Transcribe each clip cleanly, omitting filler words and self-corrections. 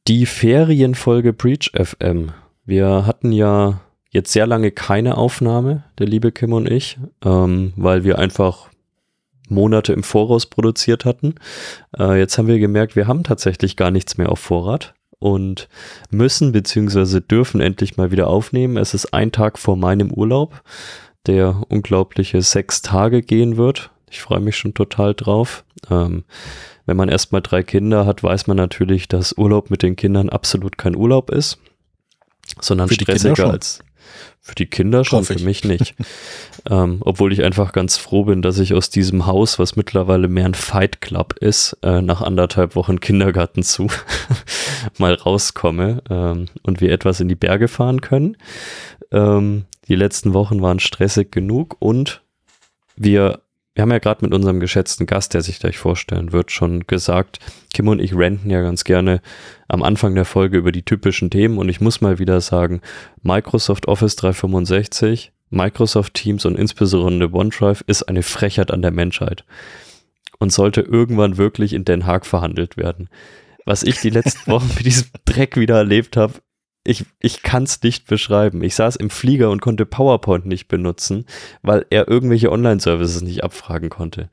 Die Ferienfolge Breach FM. Wir hatten ja jetzt sehr lange keine Aufnahme, der liebe Kim und ich, weil wir einfach Monate im Voraus produziert hatten. Jetzt haben wir gemerkt, wir haben tatsächlich gar nichts mehr auf Vorrat und müssen bzw. dürfen endlich mal wieder aufnehmen. Es ist ein Tag vor meinem Urlaub, der unglaubliche 6 Tage gehen wird. Ich freue mich schon total drauf. Wenn man erstmal 3 Kinder hat, weiß man natürlich, dass Urlaub mit den Kindern absolut kein Urlaub ist, sondern stressiger als für die Kinder schon, für mich nicht. Obwohl ich einfach ganz froh bin, dass ich aus diesem Haus, was mittlerweile mehr ein Fight Club ist, nach 1,5 Wochen Kindergarten zu, mal rauskomme und wir etwas in die Berge fahren können. Die letzten Wochen waren stressig genug und wir haben ja gerade mit unserem geschätzten Gast, der sich gleich vorstellen wird, schon gesagt, Kim und ich ranten ja ganz gerne am Anfang der Folge über die typischen Themen und ich muss mal wieder sagen, Microsoft Office 365, Microsoft Teams und insbesondere OneDrive ist eine Frechheit an der Menschheit und sollte irgendwann wirklich in Den Haag verhandelt werden. Was ich die letzten Wochen mit diesem Dreck wieder erlebt habe, ich kann es nicht beschreiben. Ich saß im Flieger und konnte PowerPoint nicht benutzen, weil er irgendwelche Online-Services nicht abfragen konnte.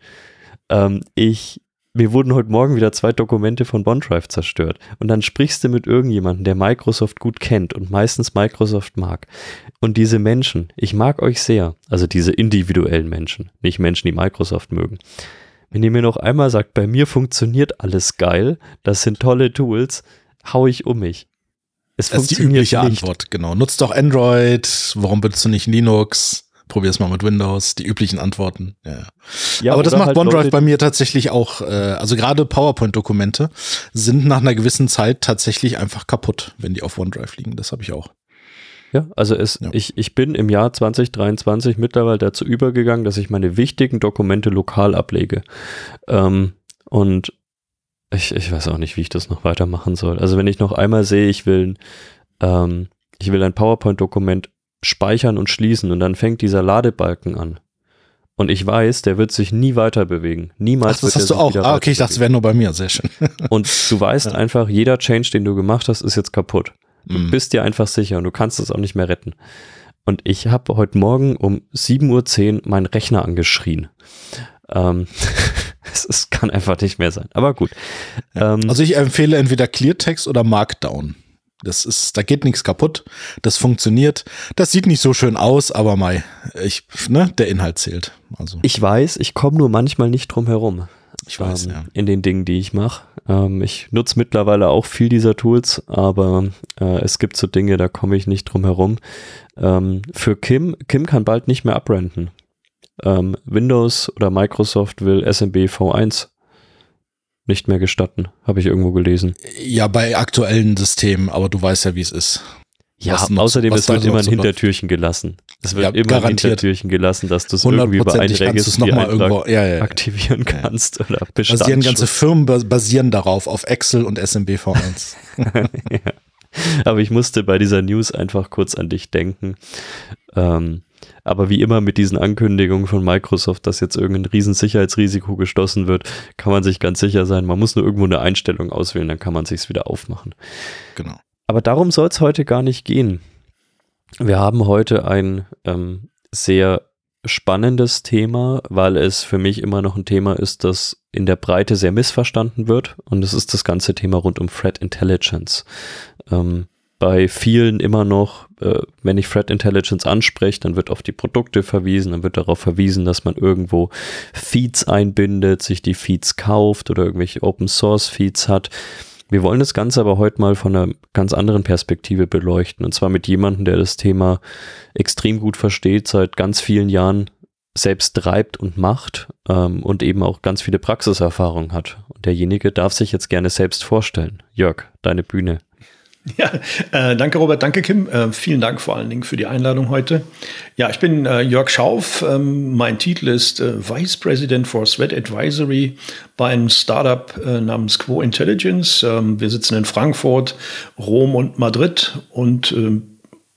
Mir wurden heute Morgen wieder 2 Dokumente von OneDrive zerstört. Und dann sprichst du mit irgendjemandem, der Microsoft gut kennt und meistens Microsoft mag. Und diese Menschen, ich mag euch sehr, also diese individuellen Menschen, nicht Menschen, die Microsoft mögen. Wenn ihr mir noch einmal sagt, bei mir funktioniert alles geil, das sind tolle Tools, hau ich um mich. Das ist die übliche Antwort, genau. Nutzt doch Android, warum benutzt du nicht Linux? Probier es mal mit Windows, die üblichen Antworten. Ja, aber das macht halt OneDrive bei mir tatsächlich auch, also gerade PowerPoint-Dokumente sind nach einer gewissen Zeit tatsächlich einfach kaputt, wenn die auf OneDrive liegen. Das habe ich auch. Ja, also ich bin im Jahr 2023 mittlerweile dazu übergegangen, dass ich meine wichtigen Dokumente lokal ablege. Und ich weiß auch nicht, wie ich das noch weitermachen soll. Also wenn ich noch einmal sehe, ich will ein PowerPoint-Dokument speichern und schließen und dann fängt dieser Ladebalken an. Und ich weiß, der wird sich nie weiter bewegen. Niemals. Ach, das hast du auch. Okay, ich dachte, es wäre nur bei mir. Sehr schön. Und du weißt einfach, jeder Change, den du gemacht hast, ist jetzt kaputt. Du bist dir einfach sicher und du kannst es auch nicht mehr retten. Und ich habe heute Morgen um 7:10 Uhr meinen Rechner angeschrien. Es kann einfach nicht mehr sein. Aber gut. Also ich empfehle entweder Cleartext oder Markdown. Da geht nichts kaputt. Das funktioniert. Das sieht nicht so schön aus, aber der Inhalt zählt. Also. Ich weiß, ich komme nur manchmal nicht drum herum. Ich weiß, ja. In den Dingen, die ich mache. Ich nutze mittlerweile auch viel dieser Tools, aber es gibt so Dinge, da komme ich nicht drum herum. Für Kim kann bald nicht mehr abrenten. Windows oder Microsoft will SMB V1 nicht mehr gestatten, habe ich irgendwo gelesen. Ja, bei aktuellen Systemen, aber du weißt ja, wie es ist. Ja, außerdem, es wird immer ein Hintertürchen gelassen. Es wird immer ein Hintertürchen gelassen, dass du es irgendwie über einen Registriereintrag aktivieren kannst oder Bestandsschutz. Ganze Firmen basieren darauf, auf Excel und SMB V1. Ja. Aber ich musste bei dieser News einfach kurz an dich denken. Aber wie immer mit diesen Ankündigungen von Microsoft, dass jetzt irgendein Riesensicherheitsrisiko geschlossen wird, kann man sich ganz sicher sein, man muss nur irgendwo eine Einstellung auswählen, dann kann man es sich wieder aufmachen. Genau. Aber darum soll es heute gar nicht gehen. Wir haben heute ein sehr spannendes Thema, weil es für mich immer noch ein Thema ist, das in der Breite sehr missverstanden wird. Und es ist das ganze Thema rund um Threat Intelligence. Bei vielen immer noch, wenn ich Threat Intelligence anspreche, dann wird auf die Produkte verwiesen, dann wird darauf verwiesen, dass man irgendwo Feeds einbindet, sich die Feeds kauft oder irgendwelche Open Source Feeds hat. Wir wollen das Ganze aber heute mal von einer ganz anderen Perspektive beleuchten und zwar mit jemandem, der das Thema extrem gut versteht, seit ganz vielen Jahren selbst treibt und macht und eben auch ganz viele Praxiserfahrung hat. Und derjenige darf sich jetzt gerne selbst vorstellen. Jörg, deine Bühne. Ja, danke Robert, danke Kim. Vielen Dank vor allen Dingen für die Einladung heute. Ja, ich bin Jörg Schauf. Mein Titel ist Vice President for Threat Advisory bei einem Startup namens Quo Intelligence. Wir sitzen in Frankfurt, Rom und Madrid und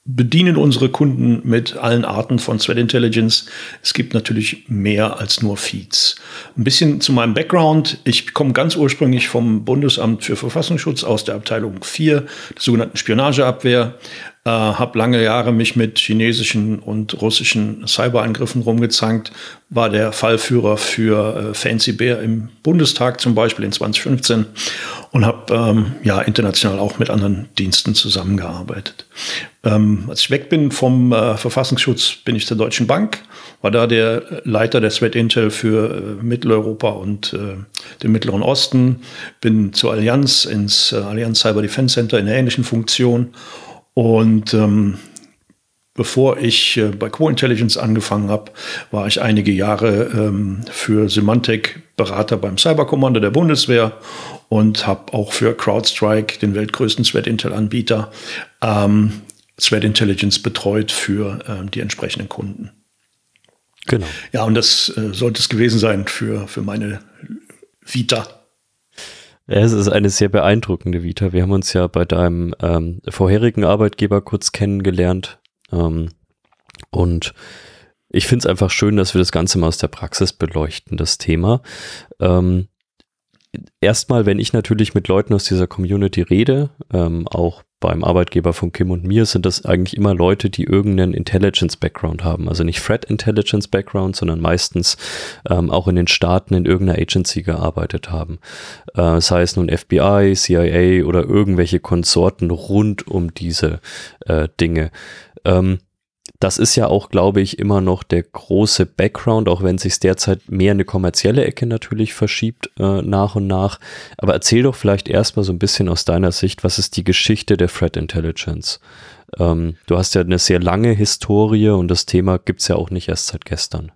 bedienen unsere Kunden mit allen Arten von Threat Intelligence. Es gibt natürlich mehr als nur Feeds. Ein bisschen zu meinem Background. Ich komme ganz ursprünglich vom Bundesamt für Verfassungsschutz aus der Abteilung 4, der sogenannten Spionageabwehr. Habe lange Jahre mich mit chinesischen und russischen Cyberangriffen rumgezankt, war der Fallführer für Fancy Bear im Bundestag zum Beispiel in 2015 und habe international auch mit anderen Diensten zusammengearbeitet. Als ich weg bin vom Verfassungsschutz, bin ich zur Deutschen Bank, war da der Leiter der Threat Intel für Mitteleuropa und den Mittleren Osten, bin zur Allianz ins Allianz Cyber Defense Center in einer ähnlichen Funktion. Und bevor ich bei Co-Intelligence angefangen habe, war ich einige Jahre für Symantec Berater beim Cyberkommando der Bundeswehr und habe auch für CrowdStrike, den weltgrößten Threat Intel-Anbieter, Threat Intelligence betreut für die entsprechenden Kunden. Genau. Ja, und das sollte es gewesen sein für meine Vita. Ja, es ist eine sehr beeindruckende Vita. Wir haben uns ja bei deinem vorherigen Arbeitgeber kurz kennengelernt. Und ich finde es einfach schön, dass wir das Ganze mal aus der Praxis beleuchten, das Thema. Erstmal, wenn ich natürlich mit Leuten aus dieser Community rede, auch beim Arbeitgeber von Kim und mir, sind das eigentlich immer Leute, die irgendeinen Intelligence-Background haben. Also nicht Threat-Intelligence-Background, sondern meistens auch in den Staaten in irgendeiner Agency gearbeitet haben. Sei es nun FBI, CIA oder irgendwelche Konsorten rund um diese Dinge. Das ist ja auch, glaube ich, immer noch der große Background, auch wenn sich derzeit mehr eine kommerzielle Ecke natürlich verschiebt nach und nach. Aber erzähl doch vielleicht erstmal so ein bisschen aus deiner Sicht, was ist die Geschichte der Threat Intelligence? Du hast ja eine sehr lange Historie und das Thema gibt es ja auch nicht erst seit gestern.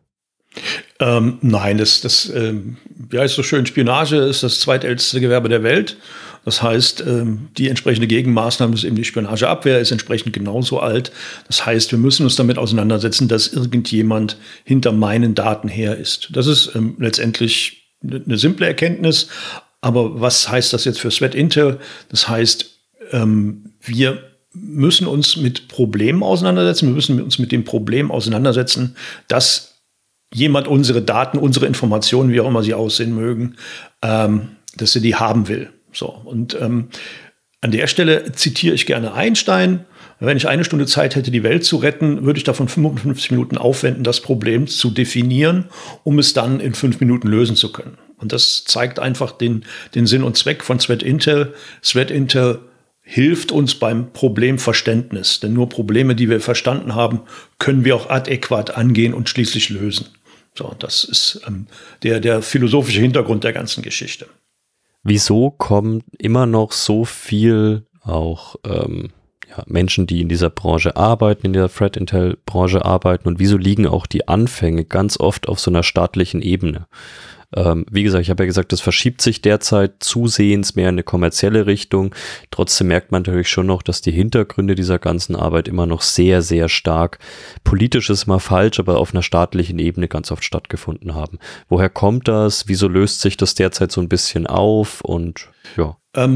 Nein, wie heißt so schön, Spionage ist das zweitälteste Gewerbe der Welt. Das heißt, die entsprechende Gegenmaßnahme ist eben die Spionageabwehr, ist entsprechend genauso alt. Das heißt, wir müssen uns damit auseinandersetzen, dass irgendjemand hinter meinen Daten her ist. Das ist letztendlich eine simple Erkenntnis. Aber was heißt das jetzt für Threat Intel? Das heißt, wir müssen uns mit Problemen auseinandersetzen. Wir müssen uns mit dem Problem auseinandersetzen, dass jemand unsere Daten, unsere Informationen, wie auch immer sie aussehen mögen, dass er die haben will. So, und an der Stelle zitiere ich gerne Einstein. Wenn ich 1 Stunde Zeit hätte, die Welt zu retten, würde ich davon 55 Minuten aufwenden, das Problem zu definieren, um es dann in 5 Minuten lösen zu können. Und das zeigt einfach den Sinn und Zweck von Threat Intel. Threat Intel hilft uns beim Problemverständnis. Denn nur Probleme, die wir verstanden haben, können wir auch adäquat angehen und schließlich lösen. So, das ist der philosophische Hintergrund der ganzen Geschichte. Wieso kommen immer noch so viel auch Menschen, die in dieser Branche arbeiten, in der Threat Intel Branche arbeiten, und wieso liegen auch die Anfänge ganz oft auf so einer staatlichen Ebene? Wie gesagt, ich habe ja gesagt, das verschiebt sich derzeit zusehends mehr in eine kommerzielle Richtung. Trotzdem merkt man natürlich schon noch, dass die Hintergründe dieser ganzen Arbeit immer noch sehr, sehr stark, politisch ist mal falsch, aber auf einer staatlichen Ebene ganz oft stattgefunden haben. Woher kommt das? Wieso löst sich das derzeit so ein bisschen auf? Und ja.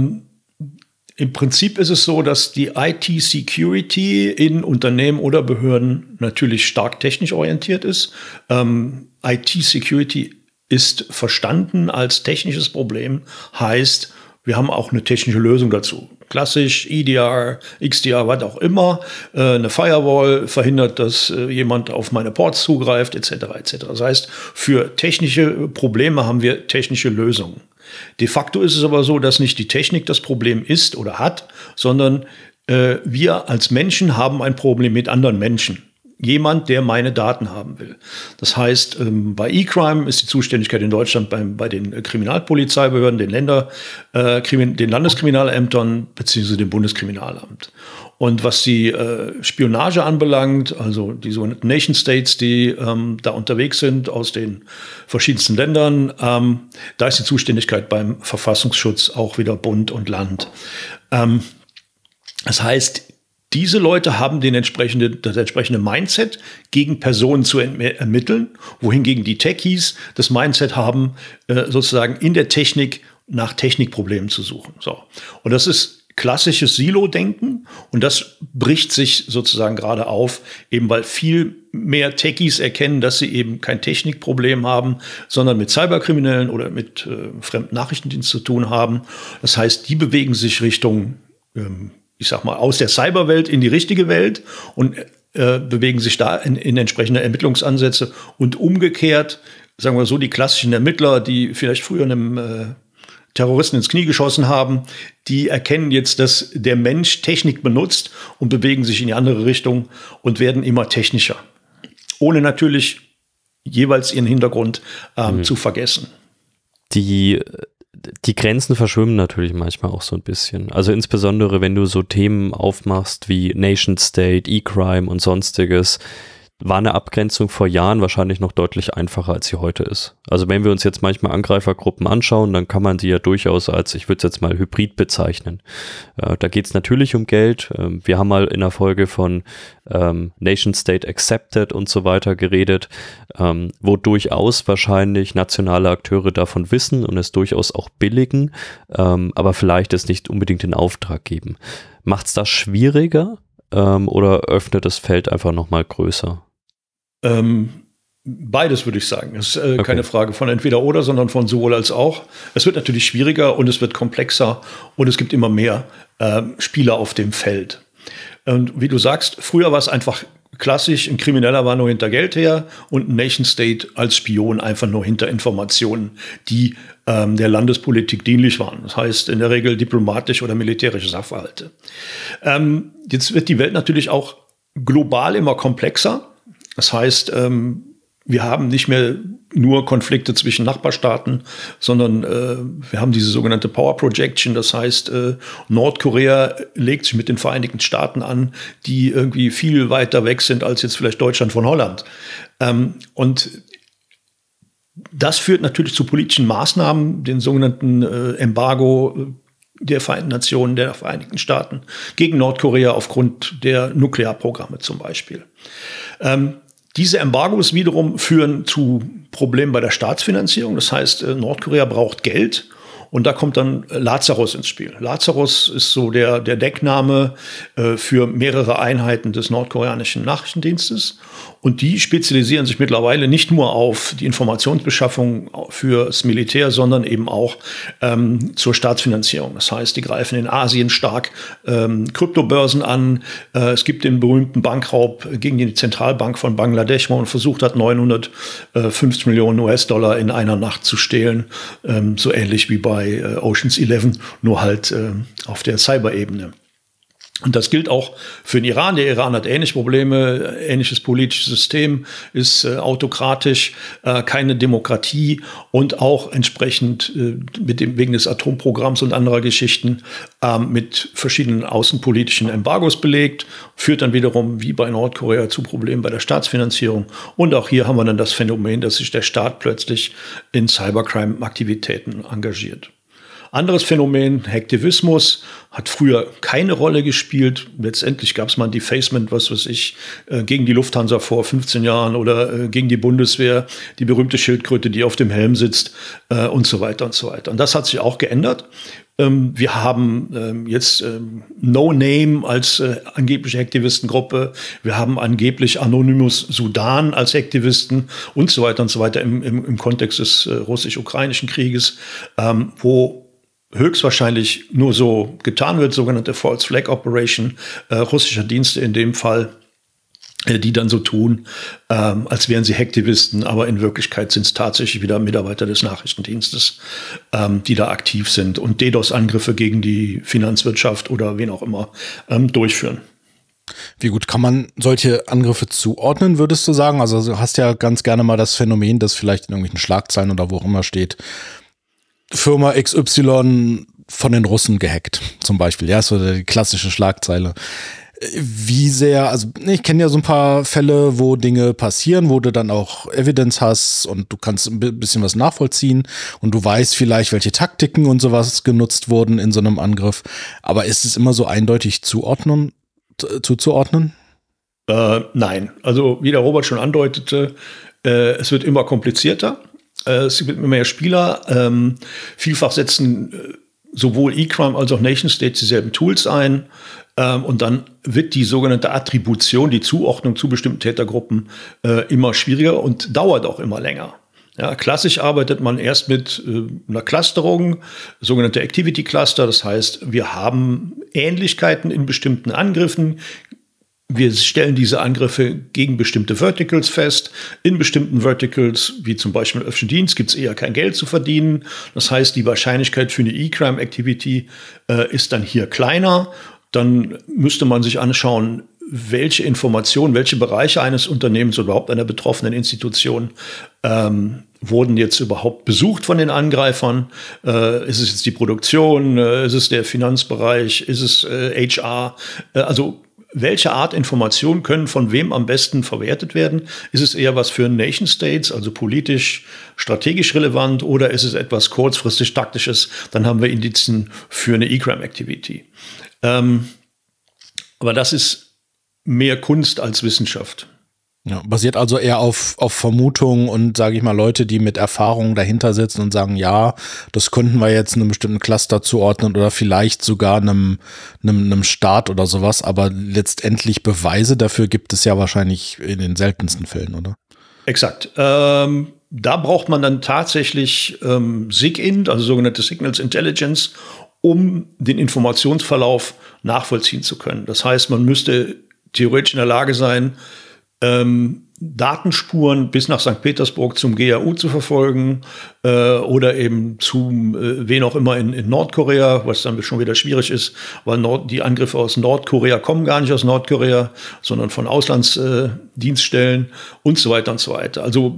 Im Prinzip ist es so, dass die IT-Security in Unternehmen oder Behörden natürlich stark technisch orientiert ist. IT-Security ist verstanden als technisches Problem, heißt, wir haben auch eine technische Lösung dazu. Klassisch, EDR, XDR, was auch immer. Eine Firewall verhindert, dass jemand auf meine Ports zugreift, etc. etc. Das heißt, für technische Probleme haben wir technische Lösungen. De facto ist es aber so, dass nicht die Technik das Problem ist oder hat, sondern wir als Menschen haben ein Problem mit anderen Menschen. Jemand, der meine Daten haben will. Das heißt, bei E-Crime ist die Zuständigkeit in Deutschland bei den Kriminalpolizeibehörden, den Landeskriminalämtern bzw. dem Bundeskriminalamt. Und was die Spionage anbelangt, also die sogenannten Nation States, die da unterwegs sind aus den verschiedensten Ländern, da ist die Zuständigkeit beim Verfassungsschutz auch wieder Bund und Land. Das heißt, diese Leute haben das entsprechende Mindset, gegen Personen zu ermitteln, wohingegen die Techies das Mindset haben, sozusagen in der Technik nach Technikproblemen zu suchen. So. Und das ist klassisches Silo-Denken und das bricht sich sozusagen gerade auf, eben weil viel mehr Techies erkennen, dass sie eben kein Technikproblem haben, sondern mit Cyberkriminellen oder mit fremden Nachrichtendiensten zu tun haben. Das heißt, die bewegen sich Richtung, ich sag mal, aus der Cyberwelt in die richtige Welt und bewegen sich da in entsprechende Ermittlungsansätze und umgekehrt, sagen wir so, die klassischen Ermittler, die vielleicht früher einem Terroristen ins Knie geschossen haben, die erkennen jetzt, dass der Mensch Technik benutzt und bewegen sich in die andere Richtung und werden immer technischer. Ohne natürlich jeweils ihren Hintergrund zu vergessen. Die Grenzen verschwimmen natürlich manchmal auch so ein bisschen. Also insbesondere, wenn du so Themen aufmachst wie Nation State, E-Crime und sonstiges, war eine Abgrenzung vor Jahren wahrscheinlich noch deutlich einfacher, als sie heute ist. Also wenn wir uns jetzt manchmal Angreifergruppen anschauen, dann kann man sie ja durchaus als, ich würde es jetzt mal Hybrid bezeichnen. Da geht es natürlich um Geld. Wir haben mal in der Folge von Nation State Accepted und so weiter geredet, wo durchaus wahrscheinlich nationale Akteure davon wissen und es durchaus auch billigen, aber vielleicht es nicht unbedingt in Auftrag geben. Macht es das schwieriger oder öffnet das Feld einfach nochmal größer? Beides würde ich sagen. Es ist keine Frage von entweder oder, sondern von sowohl als auch. Es wird natürlich schwieriger und es wird komplexer und es gibt immer mehr Spieler auf dem Feld. Und wie du sagst, früher war es einfach klassisch, ein Krimineller war nur hinter Geld her und ein Nation State als Spion einfach nur hinter Informationen, die der Landespolitik dienlich waren. Das heißt in der Regel diplomatische oder militärische Sachverhalte. Jetzt wird die Welt natürlich auch global immer komplexer. Das heißt, wir haben nicht mehr nur Konflikte zwischen Nachbarstaaten, sondern wir haben diese sogenannte Power Projection. Das heißt, Nordkorea legt sich mit den Vereinigten Staaten an, die irgendwie viel weiter weg sind als jetzt vielleicht Deutschland von Holland. Und das führt natürlich zu politischen Maßnahmen, den sogenannten Embargo der Vereinten Nationen, der Vereinigten Staaten gegen Nordkorea aufgrund der Nuklearprogramme zum Beispiel. Diese Embargos wiederum führen zu Problemen bei der Staatsfinanzierung. Das heißt, Nordkorea braucht Geld und da kommt dann Lazarus ins Spiel. Lazarus ist so der Deckname für mehrere Einheiten des nordkoreanischen Nachrichtendienstes. Und die spezialisieren sich mittlerweile nicht nur auf die Informationsbeschaffung fürs Militär, sondern eben auch zur Staatsfinanzierung. Das heißt, die greifen in Asien stark Kryptobörsen an. Es gibt den berühmten Bankraub gegen die Zentralbank von Bangladesch, wo man versucht hat, 950 Millionen US-Dollar in einer Nacht zu stehlen. So ähnlich wie bei Ocean's 11, nur halt auf der Cyber-Ebene. Und das gilt auch für den Iran. Der Iran hat ähnliche Probleme, ähnliches politisches System, ist autokratisch, keine Demokratie und auch entsprechend wegen des Atomprogramms und anderer Geschichten mit verschiedenen außenpolitischen Embargos belegt, führt dann wiederum wie bei Nordkorea zu Problemen bei der Staatsfinanzierung. Und auch hier haben wir dann das Phänomen, dass sich der Staat plötzlich in Cybercrime-Aktivitäten engagiert. Anderes Phänomen, Hacktivismus, hat früher keine Rolle gespielt. Letztendlich gab es mal ein Defacement, was weiß ich, gegen die Lufthansa vor 15 Jahren oder gegen die Bundeswehr, die berühmte Schildkröte, die auf dem Helm sitzt und so weiter und so weiter. Und das hat sich auch geändert. Wir haben jetzt No Name als angebliche Hacktivistengruppe. Wir haben angeblich Anonymous Sudan als Hacktivisten und so weiter im Kontext des russisch-ukrainischen Krieges, wo höchstwahrscheinlich nur so getan wird, sogenannte False Flag Operation russischer Dienste in dem Fall, die dann so tun, als wären sie Hacktivisten, aber in Wirklichkeit sind es tatsächlich wieder Mitarbeiter des Nachrichtendienstes, die da aktiv sind und DDoS-Angriffe gegen die Finanzwirtschaft oder wen auch immer durchführen. Wie gut kann man solche Angriffe zuordnen, würdest du sagen? Also du hast ja ganz gerne mal das Phänomen, das vielleicht in irgendwelchen Schlagzeilen oder wo auch immer steht, Firma XY von den Russen gehackt, zum Beispiel. Ja, so die klassische Schlagzeile. Wie sehr, also ich kenne ja so ein paar Fälle, wo Dinge passieren, wo du dann auch Evidenz hast und du kannst ein bisschen was nachvollziehen und du weißt vielleicht, welche Taktiken und sowas genutzt wurden in so einem Angriff. Aber ist es immer so eindeutig zuzuordnen? Nein. Also wie der Robert schon andeutete, es wird immer komplizierter. Es gibt immer mehr Spieler. Vielfach setzen sowohl E-Crime als auch Nation-States dieselben Tools ein. Und dann wird die sogenannte Attribution, die Zuordnung zu bestimmten Tätergruppen immer schwieriger und dauert auch immer länger. Ja, klassisch arbeitet man erst mit einer Clusterung, sogenannte Activity Cluster. Das heißt, wir haben Ähnlichkeiten in bestimmten Angriffen. Wir stellen diese Angriffe gegen bestimmte Verticals fest. In bestimmten Verticals, wie zum Beispiel im öffentlichen Dienst, gibt es eher kein Geld zu verdienen. Das heißt, die Wahrscheinlichkeit für eine E-Crime-Activity ist dann hier kleiner. Dann müsste man sich anschauen, welche Informationen, welche Bereiche eines Unternehmens oder überhaupt einer betroffenen Institution wurden jetzt überhaupt besucht von den Angreifern. Ist es jetzt die Produktion? Ist es der Finanzbereich? Ist es HR? Also welche Art Informationen können von wem am besten verwertet werden? Ist es eher was für Nation States, also politisch, strategisch relevant, oder ist es etwas kurzfristig taktisches? Dann haben wir Indizien für eine E-Crime-Activity. Aber das ist mehr Kunst als Wissenschaft. Ja, basiert also eher auf Vermutungen und, sage ich mal, Leute, die mit Erfahrung dahinter sitzen und sagen, ja, das könnten wir jetzt einem bestimmten Cluster zuordnen oder vielleicht sogar einem Staat oder sowas, aber letztendlich Beweise dafür gibt es ja wahrscheinlich in den seltensten Fällen, oder? Exakt. Da braucht man dann tatsächlich SIGINT, also sogenannte Signals Intelligence, um den Informationsverlauf nachvollziehen zu können. Das heißt, man müsste theoretisch in der Lage sein, Datenspuren bis nach St. Petersburg zum GRU zu verfolgen oder eben zum wen auch immer in Nordkorea, was dann schon wieder schwierig ist, weil die Angriffe aus Nordkorea kommen gar nicht aus Nordkorea, sondern von Auslandsdienststellen und so weiter und so weiter. Also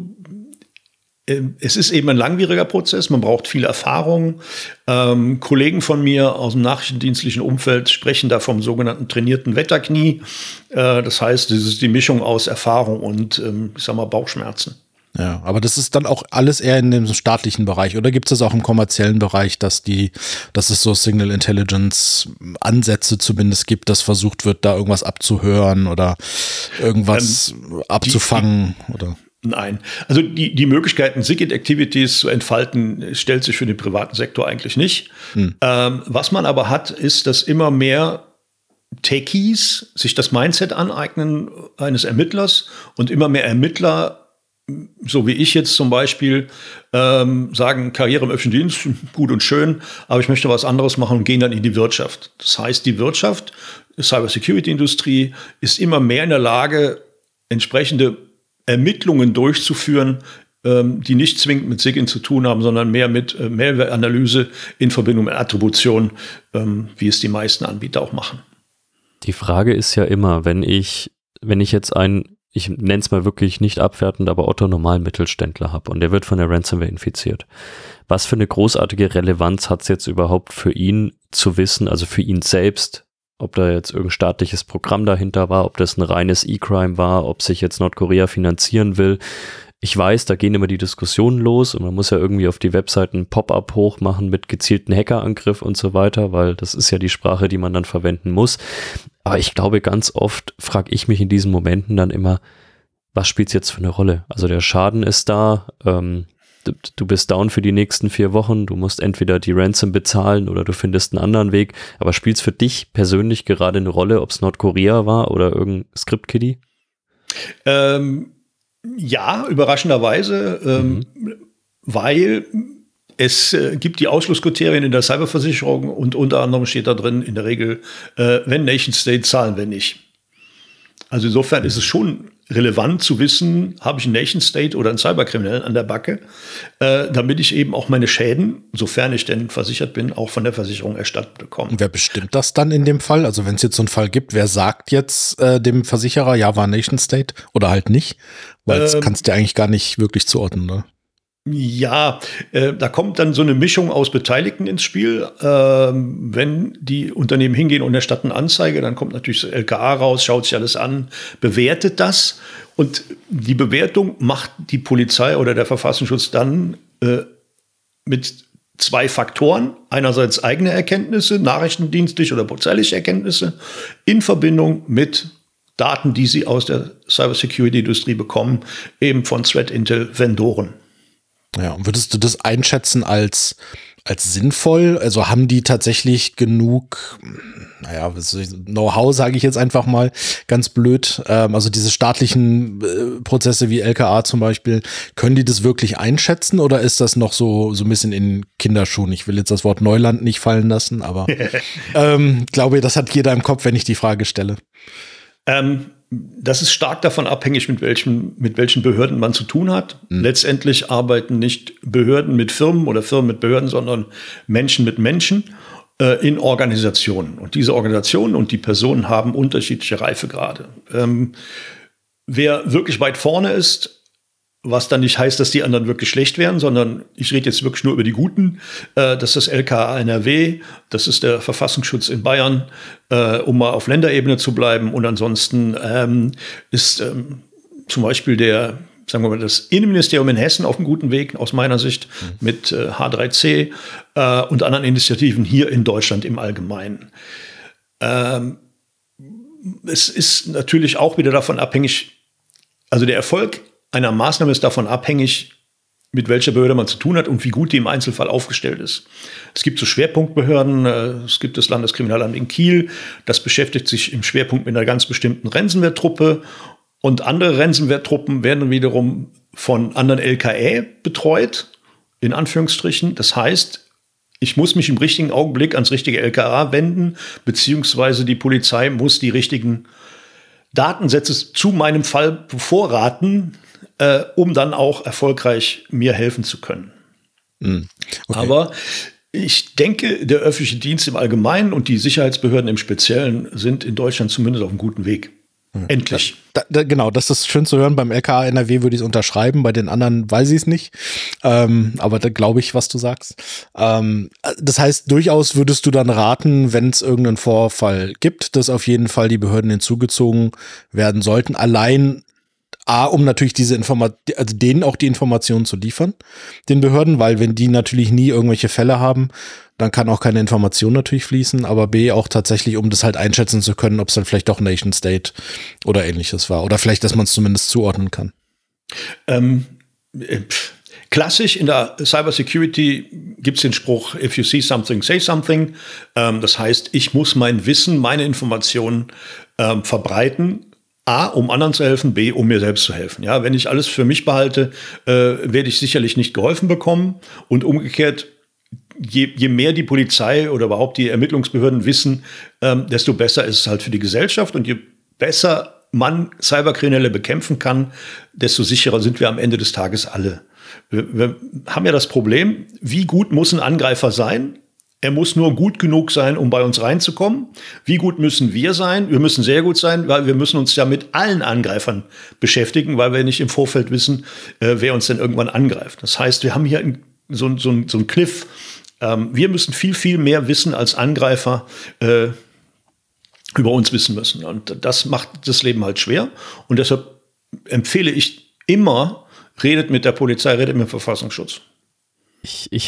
es ist eben ein langwieriger Prozess, man braucht viel Erfahrung. Kollegen von mir aus dem nachrichtendienstlichen Umfeld sprechen da vom sogenannten trainierten Wetterknie. Das heißt, das ist die Mischung aus Erfahrung und, ich sag mal, Bauchschmerzen. Ja, aber das ist dann auch alles eher in dem staatlichen Bereich, oder gibt es das auch im kommerziellen Bereich, dass es so Signal Intelligence Ansätze zumindest gibt, dass versucht wird, da irgendwas abzuhören oder irgendwas abzufangen, oder? Nein. Also die Möglichkeiten, SIGINT-Activities zu entfalten, stellt sich für den privaten Sektor eigentlich nicht. Was man aber hat, ist, dass immer mehr Techies sich das Mindset aneignen eines Ermittlers und immer mehr Ermittler, so wie ich jetzt zum Beispiel, sagen, Karriere im öffentlichen Dienst, gut und schön, aber ich möchte was anderes machen und gehen dann in die Wirtschaft. Das heißt, die Wirtschaft, die Cybersecurity-Industrie ist immer mehr in der Lage, entsprechende Ermittlungen durchzuführen, die nicht zwingend mit SIGINT zu tun haben, sondern mehr mit Malware-Analyse in Verbindung mit Attribution, wie es die meisten Anbieter auch machen. Die Frage ist ja immer, wenn ich jetzt ich nenne es mal wirklich nicht abwertend, aber Otto-normalen Mittelständler habe und der wird von der Ransomware infiziert. Was für eine großartige Relevanz hat es jetzt überhaupt für ihn zu wissen, also für ihn selbst, ob da jetzt irgendein staatliches Programm dahinter war, ob das ein reines E-Crime war, ob sich jetzt Nordkorea finanzieren will. Ich weiß, da gehen immer die Diskussionen los und man muss ja irgendwie auf die Webseiten ein Pop-up hochmachen mit gezielten Hackerangriff und so weiter, weil das ist ja die Sprache, die man dann verwenden muss. Aber ich glaube, ganz oft frage ich mich in diesen Momenten dann immer, was spielt es jetzt für eine Rolle? Also der Schaden ist da, du bist down für die nächsten 4 Wochen, du musst entweder die Ransom bezahlen oder du findest einen anderen Weg, aber spielt es für dich persönlich gerade eine Rolle, ob es Nordkorea war oder irgendein Script-Kiddie? Ja, überraschenderweise, weil es gibt die Ausschlusskriterien in der Cyberversicherung und unter anderem steht da drin in der Regel, wenn Nation State, zahlen wir nicht. Also insofern ist es schon relevant zu wissen, habe ich einen Nation State oder einen Cyberkriminellen an der Backe, damit ich eben auch meine Schäden, sofern ich denn versichert bin, auch von der Versicherung erstattet bekomme. Und wer bestimmt das dann in dem Fall? Also wenn es jetzt so einen Fall gibt, wer sagt jetzt dem Versicherer, ja, war Nation State oder halt nicht? Weil das kannst du ja eigentlich gar nicht wirklich zuordnen, ne? Ja, da kommt dann so eine Mischung aus Beteiligten ins Spiel. Wenn die Unternehmen hingehen und erstatten Anzeige, dann kommt natürlich das LKA raus, schaut sich alles an, bewertet das. Und die Bewertung macht die Polizei oder der Verfassungsschutz dann mit 2 Faktoren. Einerseits eigene Erkenntnisse, nachrichtendienstliche oder polizeiliche Erkenntnisse in Verbindung mit Daten, die sie aus der Cybersecurity-Industrie bekommen, eben von Threat Intel-Vendoren. Ja, und würdest du das einschätzen als als sinnvoll? Also haben die tatsächlich genug, Know-how, sage ich jetzt einfach mal, ganz blöd. Also diese staatlichen Prozesse wie LKA zum Beispiel, können die das wirklich einschätzen oder ist das noch so ein bisschen in Kinderschuhen? Ich will jetzt das Wort Neuland nicht fallen lassen, aber glaube, das hat jeder im Kopf, wenn ich die Frage stelle. Das ist stark davon abhängig, mit welchen Behörden man zu tun hat. Letztendlich arbeiten nicht Behörden mit Firmen oder Firmen mit Behörden, sondern Menschen mit Menschen in Organisationen. Und diese Organisationen und die Personen haben unterschiedliche Reifegrade. Wer wirklich weit vorne ist, was dann nicht heißt, dass die anderen wirklich schlecht wären, sondern ich rede jetzt wirklich nur über die Guten. Das ist das LKA NRW, das ist der Verfassungsschutz in Bayern, um mal auf Länderebene zu bleiben. Und ansonsten ist zum Beispiel das Innenministerium in Hessen auf einem guten Weg, aus meiner Sicht, mit H3C und anderen Initiativen hier in Deutschland im Allgemeinen. Es ist natürlich auch wieder davon abhängig, also der Erfolg einer Maßnahme ist davon abhängig, mit welcher Behörde man zu tun hat und wie gut die im Einzelfall aufgestellt ist. Es gibt so Schwerpunktbehörden, es gibt das Landeskriminalamt in Kiel, das beschäftigt sich im Schwerpunkt mit einer ganz bestimmten Rensenwehrtruppe und andere Rensenwehrtruppen werden wiederum von anderen LKA betreut, in Anführungsstrichen. Das heißt, ich muss mich im richtigen Augenblick ans richtige LKA wenden, beziehungsweise die Polizei muss die richtigen Datensätze zu meinem Fall bevorraten, um dann auch erfolgreich mir helfen zu können. Okay. Aber ich denke, der öffentliche Dienst im Allgemeinen und die Sicherheitsbehörden im Speziellen sind in Deutschland zumindest auf einem guten Weg. Endlich. Genau, das ist schön zu hören. Beim LKA NRW würde ich es unterschreiben, bei den anderen weiß ich es nicht. Aber da glaube ich, was du sagst. Das heißt, durchaus würdest du dann raten, wenn es irgendeinen Vorfall gibt, dass auf jeden Fall die Behörden hinzugezogen werden sollten. Allein um natürlich denen auch die Informationen zu liefern, den Behörden, weil wenn die natürlich nie irgendwelche Fälle haben, dann kann auch keine Information natürlich fließen, aber B auch tatsächlich, um das halt einschätzen zu können, ob es dann vielleicht doch Nation State oder ähnliches war. Oder vielleicht, dass man es zumindest zuordnen kann. Klassisch in der Cybersecurity gibt es den Spruch, if you see something, say something. Das heißt, ich muss mein Wissen, meine Informationen verbreiten, A, um anderen zu helfen, B, um mir selbst zu helfen. Ja, wenn ich alles für mich behalte, werde ich sicherlich nicht geholfen bekommen. Und umgekehrt, je mehr die Polizei oder überhaupt die Ermittlungsbehörden wissen, desto besser ist es halt für die Gesellschaft. Und je besser man Cyberkriminelle bekämpfen kann, desto sicherer sind wir am Ende des Tages alle. Wir haben ja das Problem, wie gut muss ein Angreifer sein? Er muss nur gut genug sein, um bei uns reinzukommen. Wie gut müssen wir sein? Wir müssen sehr gut sein, weil wir müssen uns ja mit allen Angreifern beschäftigen, weil wir nicht im Vorfeld wissen, wer uns denn irgendwann angreift. Das heißt, wir haben hier so einen Cliff. Wir müssen viel, viel mehr wissen als Angreifer über uns wissen müssen. Und das macht das Leben halt schwer. Und deshalb empfehle ich immer, redet mit der Polizei, redet mit dem Verfassungsschutz. Ich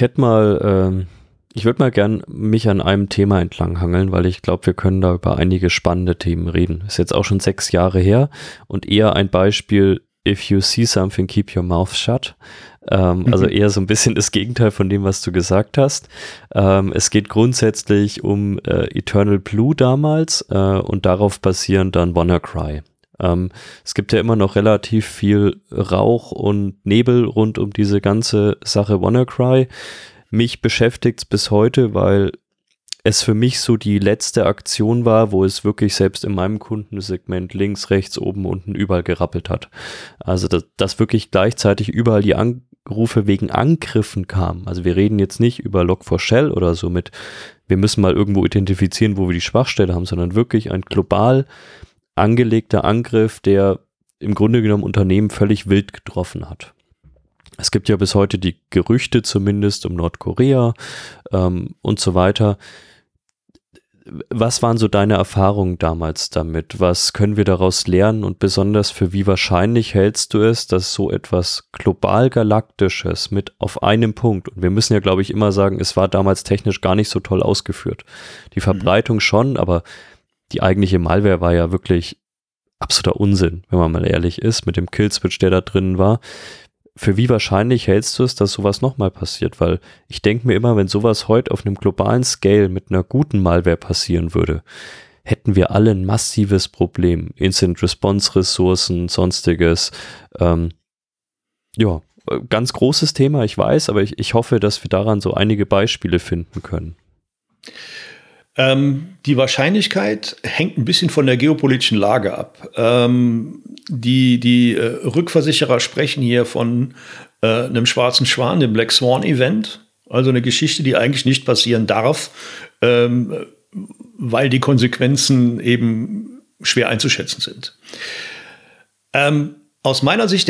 würde mal gern mich an einem Thema entlanghangeln, weil ich glaube, wir können da über einige spannende Themen reden. Ist jetzt auch schon 6 Jahre her und eher ein Beispiel, if you see something, keep your mouth shut. Also eher so ein bisschen das Gegenteil von dem, was du gesagt hast. Es geht grundsätzlich um Eternal Blue damals und darauf basierend dann WannaCry. Es gibt ja immer noch relativ viel Rauch und Nebel rund um diese ganze Sache WannaCry. Mich beschäftigt es bis heute, weil es für mich so die letzte Aktion war, wo es wirklich selbst in meinem Kundensegment links, rechts, oben, unten überall gerappelt hat. Also dass wirklich gleichzeitig überall die Anrufe wegen Angriffen kamen. Also wir reden jetzt nicht über Log4Shell oder so mit, wir müssen mal irgendwo identifizieren, wo wir die Schwachstelle haben, sondern wirklich ein global angelegter Angriff, der im Grunde genommen Unternehmen völlig wild getroffen hat. Es gibt ja bis heute die Gerüchte zumindest um Nordkorea und so weiter. Was waren so deine Erfahrungen damals damit? Was können wir daraus lernen und besonders für wie wahrscheinlich hältst du es, dass so etwas global Galaktisches mit auf einem Punkt, und wir müssen ja glaube ich immer sagen, es war damals technisch gar nicht so toll ausgeführt. Die Verbreitung schon, aber die eigentliche Malware war ja wirklich absoluter Unsinn, wenn man mal ehrlich ist, mit dem Killswitch, der da drin war. für wie wahrscheinlich hältst du es, dass sowas nochmal passiert? Weil ich denke mir immer, wenn sowas heute auf einem globalen Scale mit einer guten Malware passieren würde, hätten wir alle ein massives Problem. Instant-Response-Ressourcen, sonstiges. Ja, ganz großes Thema, ich weiß, aber ich hoffe, dass wir daran so einige Beispiele finden können. Die Wahrscheinlichkeit hängt ein bisschen von der geopolitischen Lage ab. Die Rückversicherer sprechen hier von einem schwarzen Schwan, dem Black Swan Event. Also eine Geschichte, die eigentlich nicht passieren darf, weil die Konsequenzen eben schwer einzuschätzen sind. Aus meiner Sicht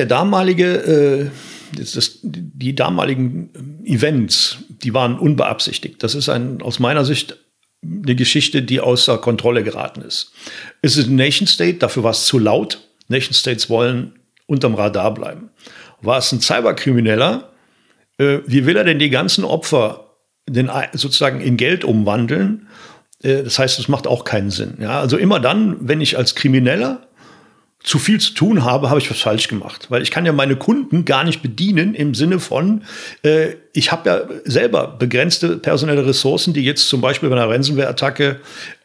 die damaligen Events, die waren unbeabsichtigt. Das ist aus meiner Sicht eine Geschichte, die außer Kontrolle geraten ist. Es ist ein Nation-State, dafür war es zu laut. Nation-States wollen unterm Radar bleiben. War es ein Cyberkrimineller, wie will er denn die ganzen Opfer sozusagen in Geld umwandeln? Das heißt, das macht auch keinen Sinn. Ja? Also immer dann, wenn ich als Krimineller zu viel zu tun habe, habe ich was falsch gemacht. Weil ich kann ja meine Kunden gar nicht bedienen im Sinne von, ich habe ja selber begrenzte personelle Ressourcen, die jetzt zum Beispiel bei einer Ransomware-Attacke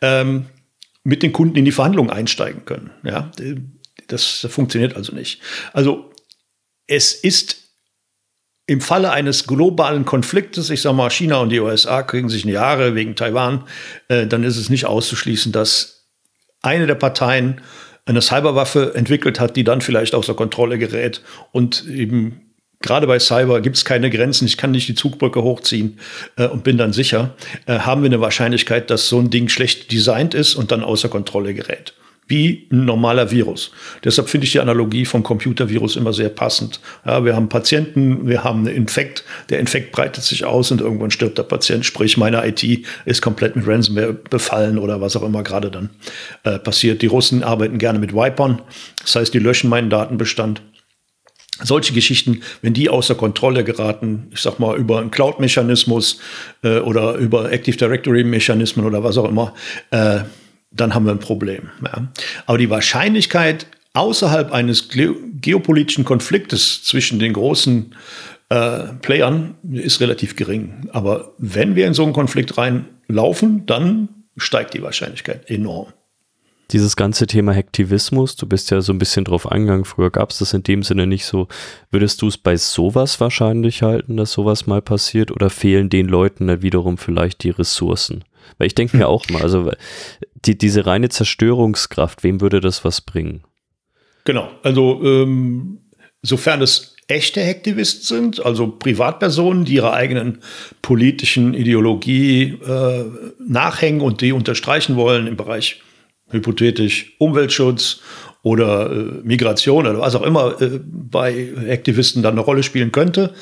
mit den Kunden in die Verhandlungen einsteigen können. Ja? Das funktioniert also nicht. Also es ist im Falle eines globalen Konfliktes, ich sage mal, China und die USA kriegen sich in die Haare wegen Taiwan, dann ist es nicht auszuschließen, dass eine der Parteien eine Cyberwaffe entwickelt hat, die dann vielleicht außer Kontrolle gerät. Und eben gerade bei Cyber gibt es keine Grenzen. Ich kann nicht die Zugbrücke hochziehen und bin dann sicher. Haben wir eine Wahrscheinlichkeit, dass so ein Ding schlecht designt ist und dann außer Kontrolle gerät. Wie ein normaler Virus. Deshalb finde ich die Analogie vom Computervirus immer sehr passend. Ja, wir haben Patienten, wir haben einen Infekt, der Infekt breitet sich aus und irgendwann stirbt der Patient. Sprich, meine IT ist komplett mit Ransomware befallen oder was auch immer gerade dann passiert. Die Russen arbeiten gerne mit Vipern, das heißt, die löschen meinen Datenbestand. Solche Geschichten, wenn die außer Kontrolle geraten, ich sag mal über einen Cloud-Mechanismus oder über Active Directory-Mechanismen oder was auch immer, dann haben wir ein Problem. Ja. Aber die Wahrscheinlichkeit außerhalb eines geopolitischen Konfliktes zwischen den großen Playern ist relativ gering. Aber wenn wir in so einen Konflikt reinlaufen, dann steigt die Wahrscheinlichkeit enorm. Dieses ganze Thema Hacktivismus, du bist ja so ein bisschen drauf eingegangen, früher gab es das in dem Sinne nicht so. Würdest du es bei sowas wahrscheinlich halten, dass sowas mal passiert, oder fehlen den Leuten dann wiederum vielleicht die Ressourcen? Weil ich denke mir auch mal, also diese reine Zerstörungskraft, wem würde das was bringen? Genau, also sofern es echte Hacktivisten sind, also Privatpersonen, die ihrer eigenen politischen Ideologie nachhängen und die unterstreichen wollen im Bereich hypothetisch Umweltschutz oder Migration oder was auch immer bei Aktivisten dann eine Rolle spielen könnte,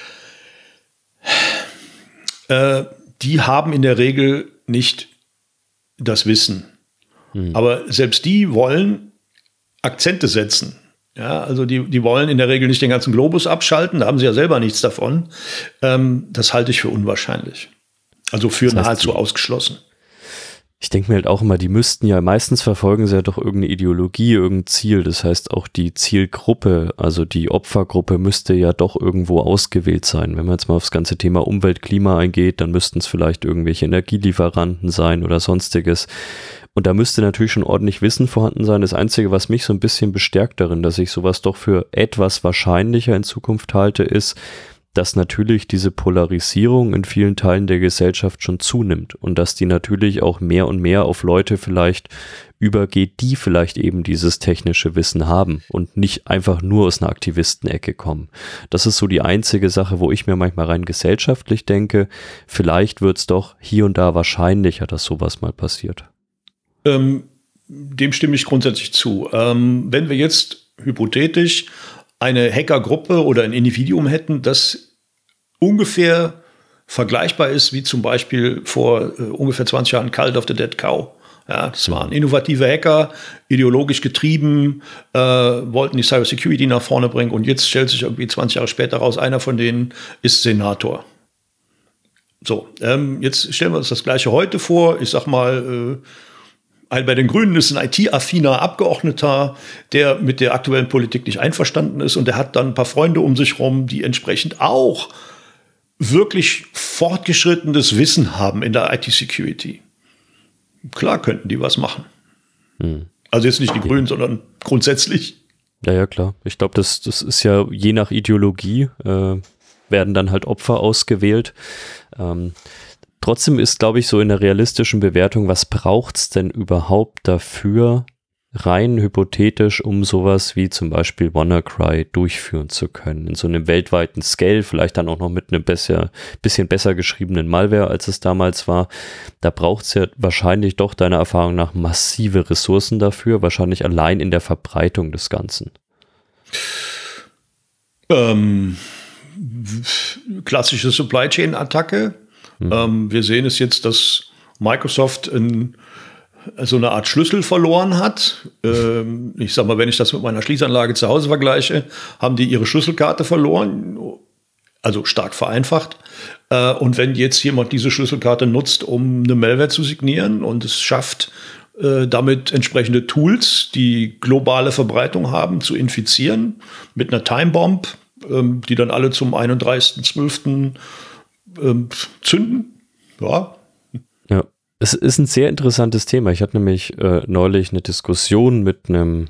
die haben in der Regel nicht das Wissen. Aber selbst die wollen Akzente setzen. Ja, also die wollen in der Regel nicht den ganzen Globus abschalten, da haben sie ja selber nichts davon. Das halte ich für unwahrscheinlich. Also für nahezu ausgeschlossen. Ich denke mir halt auch immer, die müssten ja, meistens verfolgen sie ja doch irgendeine Ideologie, irgendein Ziel. Das heißt, auch die Zielgruppe, also die Opfergruppe müsste ja doch irgendwo ausgewählt sein. Wenn man jetzt mal aufs ganze Thema Umwelt, Klima eingeht, dann müssten es vielleicht irgendwelche Energielieferanten sein oder sonstiges. Und da müsste natürlich schon ordentlich Wissen vorhanden sein. Das Einzige, was mich so ein bisschen bestärkt darin, dass ich sowas doch für etwas wahrscheinlicher in Zukunft halte, ist, dass natürlich diese Polarisierung in vielen Teilen der Gesellschaft schon zunimmt und dass die natürlich auch mehr und mehr auf Leute vielleicht übergeht, die vielleicht eben dieses technische Wissen haben und nicht einfach nur aus einer Aktivistenecke kommen. Das ist so die einzige Sache, wo ich mir manchmal rein gesellschaftlich denke, vielleicht wird es doch hier und da wahrscheinlicher, dass sowas mal passiert. Dem stimme ich grundsätzlich zu. Wenn wir jetzt hypothetisch eine Hackergruppe oder ein Individuum hätten, das ungefähr vergleichbar ist wie zum Beispiel vor ungefähr 20 Jahren Cult of the Dead Cow. Ja, das waren innovative Hacker, ideologisch getrieben, wollten die Cybersecurity nach vorne bringen und jetzt stellt sich irgendwie 20 Jahre später raus, einer von denen ist Senator. So, jetzt stellen wir uns das Gleiche heute vor. Ich sag mal, bei den Grünen ist ein IT-affiner Abgeordneter, der mit der aktuellen Politik nicht einverstanden ist und der hat dann ein paar Freunde um sich rum, die entsprechend auch wirklich fortgeschrittenes Wissen haben in der IT-Security. Klar könnten die was machen. Also jetzt nicht die Grünen, sondern grundsätzlich. Ja, klar. Ich glaube, das ist ja je nach Ideologie, werden dann halt Opfer ausgewählt. Trotzdem ist, glaube ich, so in der realistischen Bewertung, was braucht es denn überhaupt dafür, rein hypothetisch, um sowas wie zum Beispiel WannaCry durchführen zu können, in so einem weltweiten Scale, vielleicht dann auch noch mit einem bisschen besser geschriebenen Malware, als es damals war. Da braucht es ja wahrscheinlich doch deiner Erfahrung nach massive Ressourcen dafür, wahrscheinlich allein in der Verbreitung des Ganzen. Klassische Supply Chain Attacke. Wir sehen es jetzt, dass Microsoft so eine Art Schlüssel verloren hat. Ich sag mal, wenn ich das mit meiner Schließanlage zu Hause vergleiche, haben die ihre Schlüsselkarte verloren, also stark vereinfacht. Und wenn jetzt jemand diese Schlüsselkarte nutzt, um eine Malware zu signieren und es schafft, damit entsprechende Tools, die globale Verbreitung haben, zu infizieren, mit einer Timebomb, die dann alle zum 31.12. Zünden, ja. Ja. Es ist ein sehr interessantes Thema. Ich hatte nämlich neulich eine Diskussion mit einem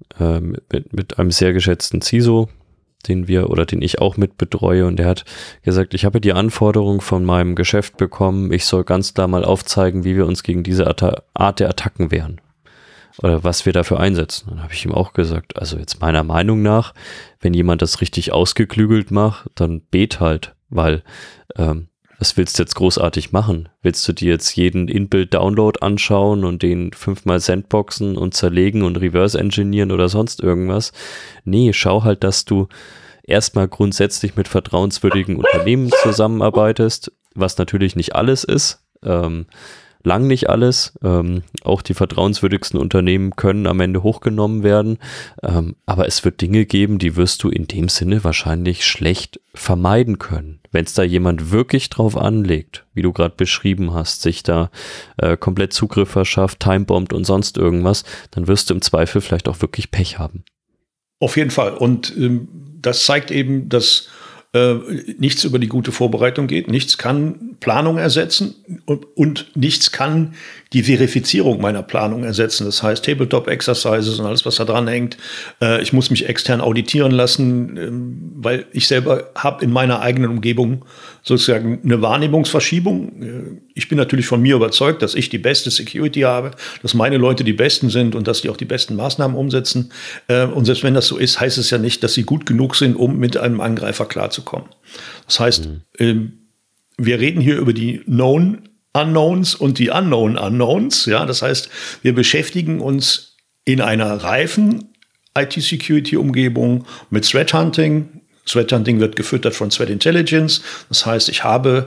sehr geschätzten CISO, den ich auch mit betreue, und der hat gesagt, ich habe die Anforderung von meinem Geschäft bekommen, ich soll ganz klar mal aufzeigen, wie wir uns gegen diese Art der Attacken wehren oder was wir dafür einsetzen. Dann habe ich ihm auch gesagt, also jetzt meiner Meinung nach, wenn jemand das richtig ausgeklügelt macht, dann bet halt, weil was willst du jetzt großartig machen? Willst du dir jetzt jeden In-Build-Download anschauen und den 5-mal Sandboxen und zerlegen und reverse-engineeren oder sonst irgendwas? Nee, schau halt, dass du erstmal grundsätzlich mit vertrauenswürdigen Unternehmen zusammenarbeitest, was natürlich nicht alles ist, lang nicht alles. Auch die vertrauenswürdigsten Unternehmen können am Ende hochgenommen werden. Aber es wird Dinge geben, die wirst du in dem Sinne wahrscheinlich schlecht vermeiden können. Wenn es da jemand wirklich drauf anlegt, wie du gerade beschrieben hast, sich da komplett Zugriff verschafft, timebombt und sonst irgendwas, dann wirst du im Zweifel vielleicht auch wirklich Pech haben. Auf jeden Fall. Und das zeigt eben, dass nichts über die gute Vorbereitung geht. Nichts kann Planung ersetzen und nichts kann die Verifizierung meiner Planung ersetzen. Das heißt Tabletop-Exercises und alles, was da dran hängt. Ich muss mich extern auditieren lassen, weil ich selber habe in meiner eigenen Umgebung sozusagen eine Wahrnehmungsverschiebung. Ich bin natürlich von mir überzeugt, dass ich die beste Security habe, dass meine Leute die Besten sind und dass die auch die besten Maßnahmen umsetzen. Und selbst wenn das so ist, heißt es ja nicht, dass sie gut genug sind, um mit einem Angreifer klarzukommen. Das heißt, wir reden hier über die Known Unknowns und die Unknown Unknowns. Ja, das heißt, wir beschäftigen uns in einer reifen IT-Security-Umgebung mit Threat Hunting. Threat Hunting wird gefüttert von Threat Intelligence. Das heißt, ich habe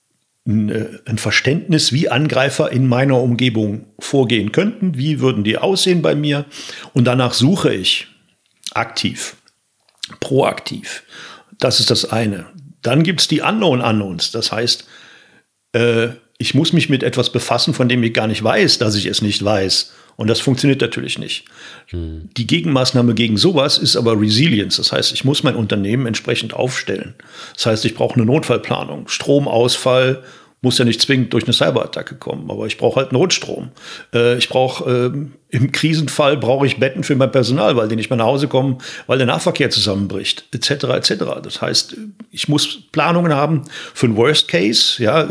ein Verständnis, wie Angreifer in meiner Umgebung vorgehen könnten. Wie würden die aussehen bei mir? Und danach suche ich aktiv, proaktiv. Das ist das eine. Dann gibt es die Unknown Unknowns. Das heißt, ich muss mich mit etwas befassen, von dem ich gar nicht weiß, dass ich es nicht weiß. Und das funktioniert natürlich nicht. Die Gegenmaßnahme gegen sowas ist aber Resilience. Das heißt, ich muss mein Unternehmen entsprechend aufstellen. Das heißt, ich brauche eine Notfallplanung. Stromausfall muss ja nicht zwingend durch eine Cyberattacke kommen, aber ich brauche halt Notstrom. Ich brauche im Krisenfall brauche ich Betten für mein Personal, weil die nicht mehr nach Hause kommen, weil der Nahverkehr zusammenbricht, etc. etc. Das heißt, ich muss Planungen haben für einen Worst Case. Ja,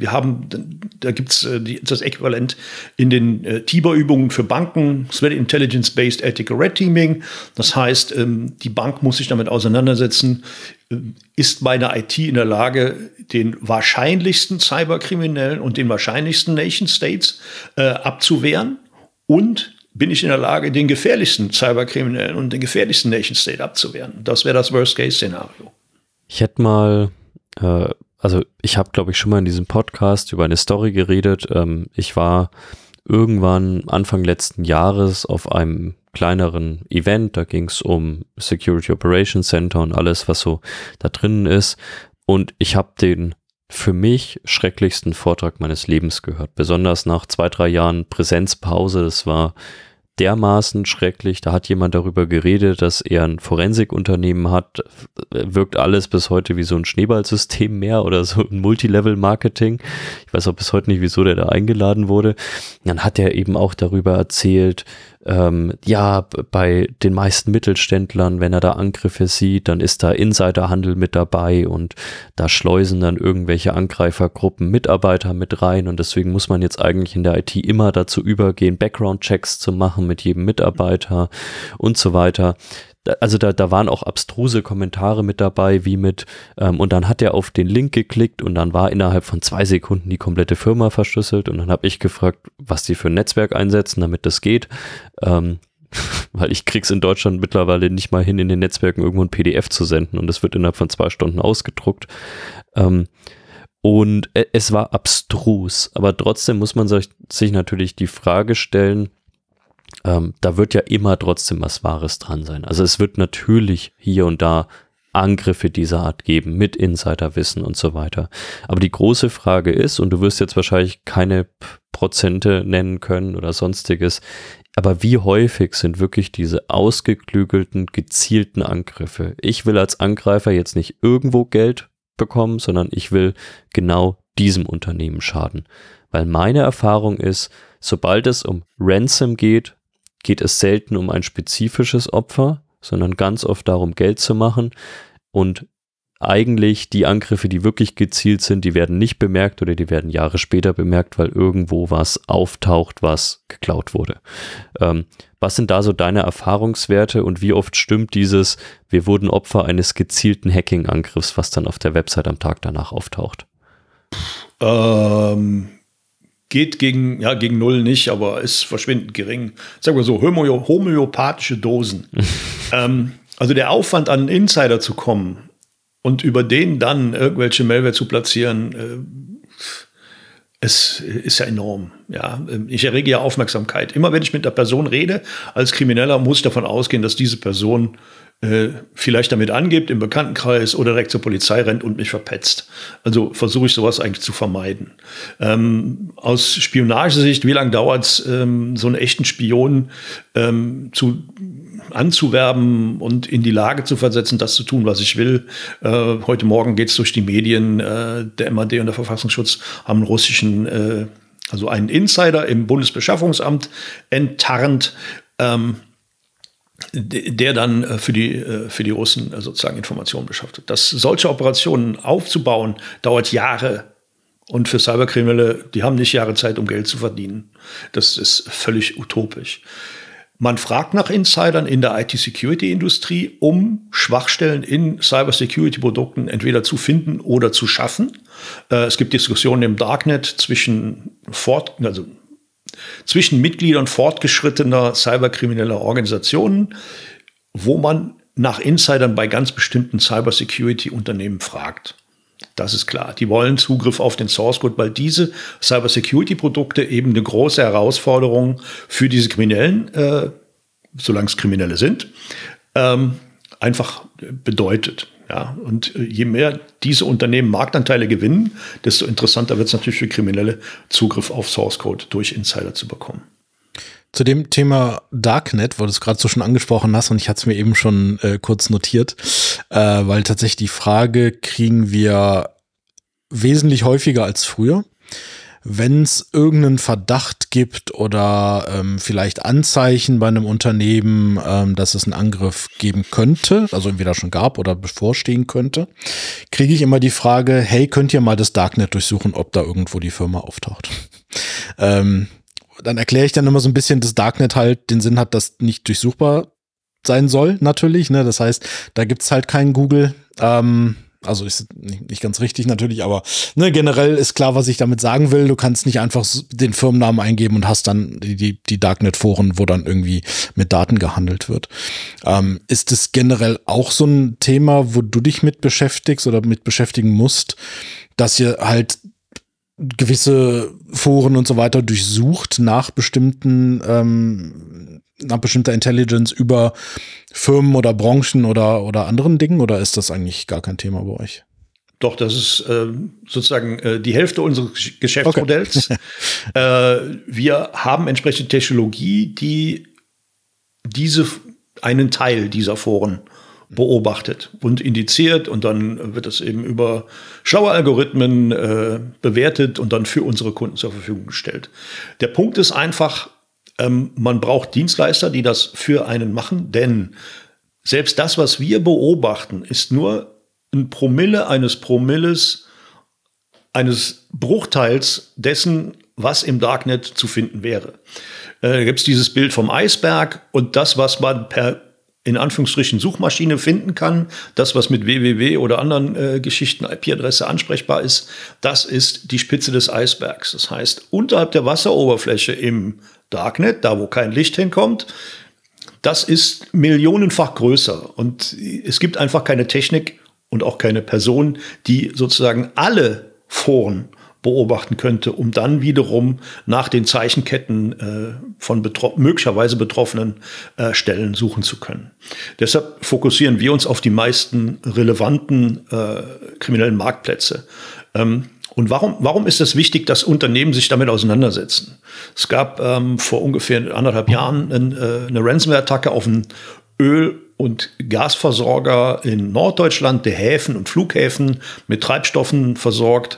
da gibt's das Äquivalent in den TIBA-Übungen für Banken, Threat Intelligence-Based Ethical Red Teaming. Das heißt, die Bank muss sich damit auseinandersetzen, ist meine IT in der Lage, den wahrscheinlichsten Cyberkriminellen und den wahrscheinlichsten Nation States abzuwehren? Und bin ich in der Lage, den gefährlichsten Cyberkriminellen und den gefährlichsten Nation State abzuwehren? Das wäre das Worst-Case-Szenario. Ich hätte mal, ich habe, glaube ich, schon mal in diesem Podcast über eine Story geredet. Ich war irgendwann Anfang letzten Jahres auf einem kleineren Event, da ging es um Security Operations Center und alles, was so da drinnen ist. Und ich habe den für mich schrecklichsten Vortrag meines Lebens gehört. Besonders nach 2-3 Jahren Präsenzpause. Das war dermaßen schrecklich. Da hat jemand darüber geredet, dass er ein Forensikunternehmen hat. Wirkt alles bis heute wie so ein Schneeballsystem mehr oder so ein Multilevel-Marketing. Ich weiß auch bis heute nicht, wieso der da eingeladen wurde. Dann hat er eben auch darüber erzählt, bei den meisten Mittelständlern, wenn er da Angriffe sieht, dann ist da Insiderhandel mit dabei und da schleusen dann irgendwelche Angreifergruppen Mitarbeiter mit rein und deswegen muss man jetzt eigentlich in der IT immer dazu übergehen, Background-Checks zu machen mit jedem Mitarbeiter und so weiter. Also da waren auch abstruse Kommentare mit dabei, wie mit, und dann hat er auf den Link geklickt und dann war innerhalb von 2 Sekunden die komplette Firma verschlüsselt und dann habe ich gefragt, was die für ein Netzwerk einsetzen, damit das geht, weil ich krieg's in Deutschland mittlerweile nicht mal hin, in den Netzwerken irgendwo ein PDF zu senden und das wird innerhalb von 2 Stunden ausgedruckt. Und es war abstrus, aber trotzdem muss man sich natürlich die Frage stellen, da wird ja immer trotzdem was Wahres dran sein. Also es wird natürlich hier und da Angriffe dieser Art geben mit Insiderwissen und so weiter. Aber die große Frage ist, und du wirst jetzt wahrscheinlich keine Prozente nennen können oder sonstiges, aber wie häufig sind wirklich diese ausgeklügelten, gezielten Angriffe? Ich will als Angreifer jetzt nicht irgendwo Geld bekommen, sondern ich will genau diesem Unternehmen schaden. Weil meine Erfahrung ist, sobald es um Ransom geht es selten um ein spezifisches Opfer, sondern ganz oft darum, Geld zu machen. Und eigentlich die Angriffe, die wirklich gezielt sind, die werden nicht bemerkt oder die werden Jahre später bemerkt, weil irgendwo was auftaucht, was geklaut wurde. Was sind da so deine Erfahrungswerte und wie oft stimmt dieses, wir wurden Opfer eines gezielten Hacking-Angriffs, was dann auf der Website am Tag danach auftaucht? Geht gegen 0 nicht, aber ist verschwindend gering. Sagen wir so, homöopathische Dosen. Also der Aufwand, an einen Insider zu kommen und über den dann irgendwelche Malware zu platzieren, es ist ja enorm. Ja, ich errege ja Aufmerksamkeit. Immer wenn ich mit einer Person rede, als Krimineller, muss ich davon ausgehen, dass diese Person vielleicht damit angibt im Bekanntenkreis oder direkt zur Polizei rennt und mich verpetzt. Also versuche ich sowas eigentlich zu vermeiden. Aus Spionagesicht, wie lange dauert es, so einen echten Spion anzuwerben und in die Lage zu versetzen, das zu tun, was ich will. Heute Morgen geht es durch die Medien. Der MAD und der Verfassungsschutz haben einen russischen, also einen Insider im Bundesbeschaffungsamt enttarnt, der dann für die Russen sozusagen Informationen beschafft. Solche Operationen aufzubauen, dauert Jahre. Und für Cyberkriminelle, die haben nicht Jahre Zeit, um Geld zu verdienen. Das ist völlig utopisch. Man fragt nach Insidern in der IT-Security-Industrie, um Schwachstellen in Cyber-Security-Produkten entweder zu finden oder zu schaffen. Es gibt Diskussionen im Darknet zwischen Mitgliedern fortgeschrittener cyberkrimineller Organisationen, wo man nach Insidern bei ganz bestimmten Cybersecurity-Unternehmen fragt. Das ist klar. Die wollen Zugriff auf den Source Code, weil diese Cybersecurity-Produkte eben eine große Herausforderung für diese Kriminellen, solange es Kriminelle sind, einfach bedeutet. Ja, und je mehr diese Unternehmen Marktanteile gewinnen, desto interessanter wird es natürlich für Kriminelle, Zugriff auf Source Code durch Insider zu bekommen. Zu dem Thema Darknet, weil du es gerade so schon angesprochen hast und ich hatte es mir eben schon kurz notiert, weil tatsächlich die Frage kriegen wir wesentlich häufiger als früher. Wenn es irgendeinen Verdacht gibt oder vielleicht Anzeichen bei einem Unternehmen, dass es einen Angriff geben könnte, also entweder schon gab oder bevorstehen könnte, kriege ich immer die Frage, hey, könnt ihr mal das Darknet durchsuchen, ob da irgendwo die Firma auftaucht? Dann erkläre ich dann immer so ein bisschen, dass Darknet halt den Sinn hat, dass nicht durchsuchbar sein soll, natürlich. Ne? Das heißt, da gibt's halt keinen Google. Also ist nicht ganz richtig natürlich, aber ne, generell ist klar, was ich damit sagen will. Du kannst nicht einfach den Firmennamen eingeben und hast dann die Darknet-Foren, wo dann irgendwie mit Daten gehandelt wird. Ist es generell auch so ein Thema, wo du dich mit beschäftigst oder mit beschäftigen musst, dass ihr halt gewisse Foren und so weiter durchsucht nach bestimmter Intelligence über Firmen oder Branchen oder anderen Dingen, oder ist das eigentlich gar kein Thema bei euch? Doch, das ist sozusagen die Hälfte unseres Geschäftsmodells. Okay. Wir haben entsprechende Technologie, die einen Teil dieser Foren beobachtet und indiziert, und dann wird es eben über schlaue Algorithmen bewertet und dann für unsere Kunden zur Verfügung gestellt. Der Punkt ist einfach, man braucht Dienstleister, die das für einen machen, denn selbst das, was wir beobachten, ist nur ein Promille eines Promilles eines Bruchteils dessen, was im Darknet zu finden wäre. Da gibt es dieses Bild vom Eisberg, und das, was man per in Anführungsstrichen Suchmaschine finden kann, das, was mit www oder anderen Geschichten, IP-Adresse ansprechbar ist, das ist die Spitze des Eisbergs. Das heißt, unterhalb der Wasseroberfläche im Darknet, da wo kein Licht hinkommt, das ist millionenfach größer. Und es gibt einfach keine Technik und auch keine Person, die sozusagen alle Foren beobachten könnte, um dann wiederum nach den Zeichenketten von möglicherweise betroffenen Stellen suchen zu können. Deshalb fokussieren wir uns auf die meisten relevanten kriminellen Marktplätze. Und warum ist es wichtig, dass Unternehmen sich damit auseinandersetzen? Es gab vor ungefähr 1,5 Jahren eine Ransomware-Attacke auf einen Öl- und Gasversorger in Norddeutschland, der Häfen und Flughäfen mit Treibstoffen versorgt.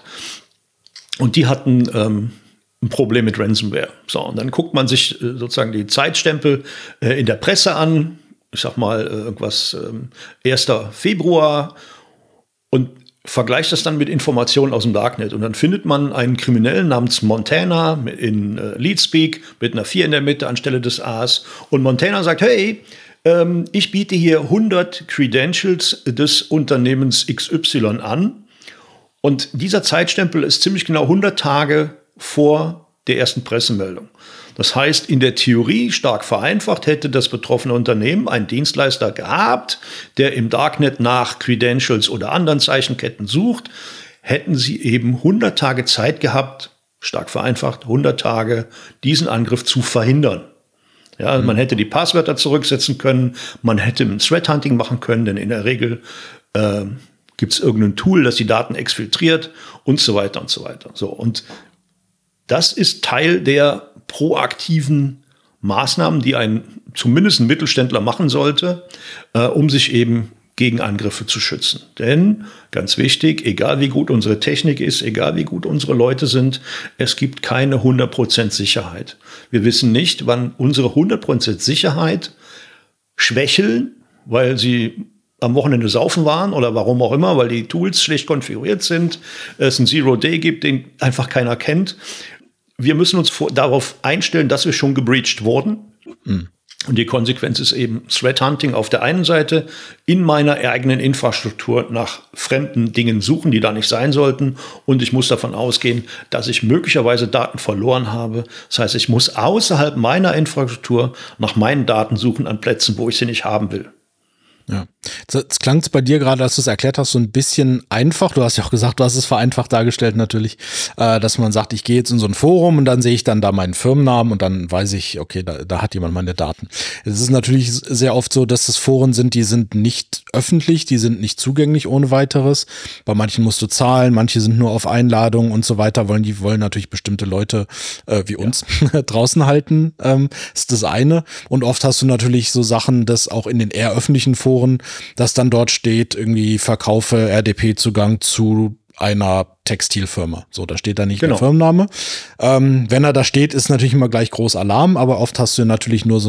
Und die hatten ein Problem mit Ransomware. So, und dann guckt man sich sozusagen die Zeitstempel in der Presse an. Ich sag mal irgendwas 1. Februar, und vergleicht das dann mit Informationen aus dem Darknet. Und dann findet man einen Kriminellen namens Montana in Leadspeak mit einer 4 in der Mitte anstelle des A's. Und Montana sagt, hey, ich biete hier 100 Credentials des Unternehmens XY an. Und dieser Zeitstempel ist ziemlich genau 100 Tage vor der ersten Pressemeldung. Das heißt, in der Theorie, stark vereinfacht, hätte das betroffene Unternehmen einen Dienstleister gehabt, der im Darknet nach Credentials oder anderen Zeichenketten sucht, hätten sie eben 100 Tage Zeit gehabt, stark vereinfacht, 100 Tage, diesen Angriff zu verhindern. Ja, also man hätte die Passwörter zurücksetzen können, man hätte ein Threat Hunting machen können, denn in der Regel gibt es irgendein Tool, das die Daten exfiltriert und so weiter und so weiter. So, und das ist Teil der proaktiven Maßnahmen, die zumindest ein Mittelständler machen sollte, um sich eben gegen Angriffe zu schützen. Denn, ganz wichtig, egal wie gut unsere Technik ist, egal wie gut unsere Leute sind, es gibt keine 100% Sicherheit. Wir wissen nicht, wann unsere 100% Sicherheit schwächeln, weil sie am Wochenende saufen waren oder warum auch immer, weil die Tools schlecht konfiguriert sind, es ein Zero-Day gibt, den einfach keiner kennt. Wir müssen uns darauf einstellen, dass wir schon gebreached wurden. Mhm. Und die Konsequenz ist eben Threat Hunting auf der einen Seite, in meiner eigenen Infrastruktur nach fremden Dingen suchen, die da nicht sein sollten. Und ich muss davon ausgehen, dass ich möglicherweise Daten verloren habe. Das heißt, ich muss außerhalb meiner Infrastruktur nach meinen Daten suchen an Plätzen, wo ich sie nicht haben will. Ja, jetzt klang es bei dir gerade, als du es erklärt hast, so ein bisschen einfach. Du hast ja auch gesagt, du hast es vereinfacht dargestellt natürlich, dass man sagt, ich gehe jetzt in so ein Forum und dann sehe ich dann da meinen Firmennamen und dann weiß ich, okay, da hat jemand meine Daten. Es ist natürlich sehr oft so, dass das Foren sind, die sind nicht öffentlich, die sind nicht zugänglich ohne weiteres. Bei manchen musst du zahlen, manche sind nur auf Einladung und so weiter, die wollen natürlich bestimmte Leute wie uns draußen halten, ist das eine. Und oft hast du natürlich so Sachen, dass auch in den eher öffentlichen Foren, dass dann dort steht, irgendwie verkaufe RDP-Zugang zu einer Textilfirma. So, da steht da nicht der Firmenname. Wenn er da steht, ist natürlich immer gleich groß Alarm, aber oft hast du natürlich nur so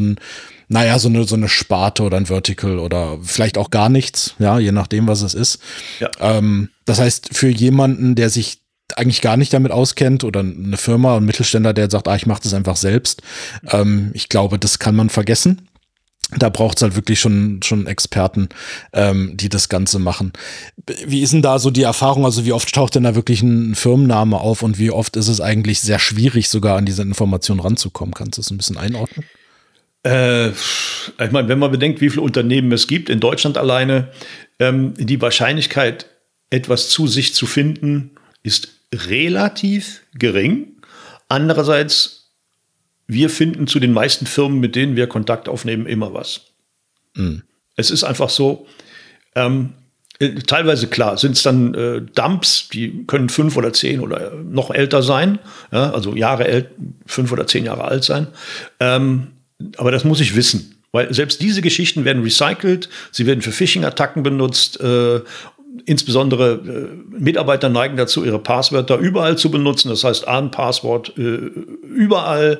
eine Sparte oder ein Vertical oder vielleicht auch gar nichts, ja, je nachdem, was es ist. Ja. Das heißt, für jemanden, der sich eigentlich gar nicht damit auskennt oder eine Firma, ein Mittelständler, der sagt, ich mache das einfach selbst, ich glaube, das kann man vergessen. Da braucht es halt wirklich schon Experten, die das Ganze machen. Wie ist denn da so die Erfahrung? Also wie oft taucht denn da wirklich ein Firmenname auf und wie oft ist es eigentlich sehr schwierig, sogar an diese Informationen ranzukommen? Kannst du das ein bisschen einordnen? Ich meine, wenn man bedenkt, wie viele Unternehmen es gibt in Deutschland alleine, die Wahrscheinlichkeit, etwas zu sich zu finden, ist relativ gering. Andererseits, wir finden zu den meisten Firmen, mit denen wir Kontakt aufnehmen, immer was. Mhm. Es ist einfach so, Teilweise, klar, sind es dann Dumps, die können 5 oder 10 oder noch älter sein, ja, also 5 oder 10 Jahre alt sein. Aber das muss ich wissen, weil selbst diese Geschichten werden recycelt, sie werden für Phishing-Attacken benutzt. Insbesondere Mitarbeiter neigen dazu, ihre Passwörter überall zu benutzen. Das heißt, ein Passwort überall.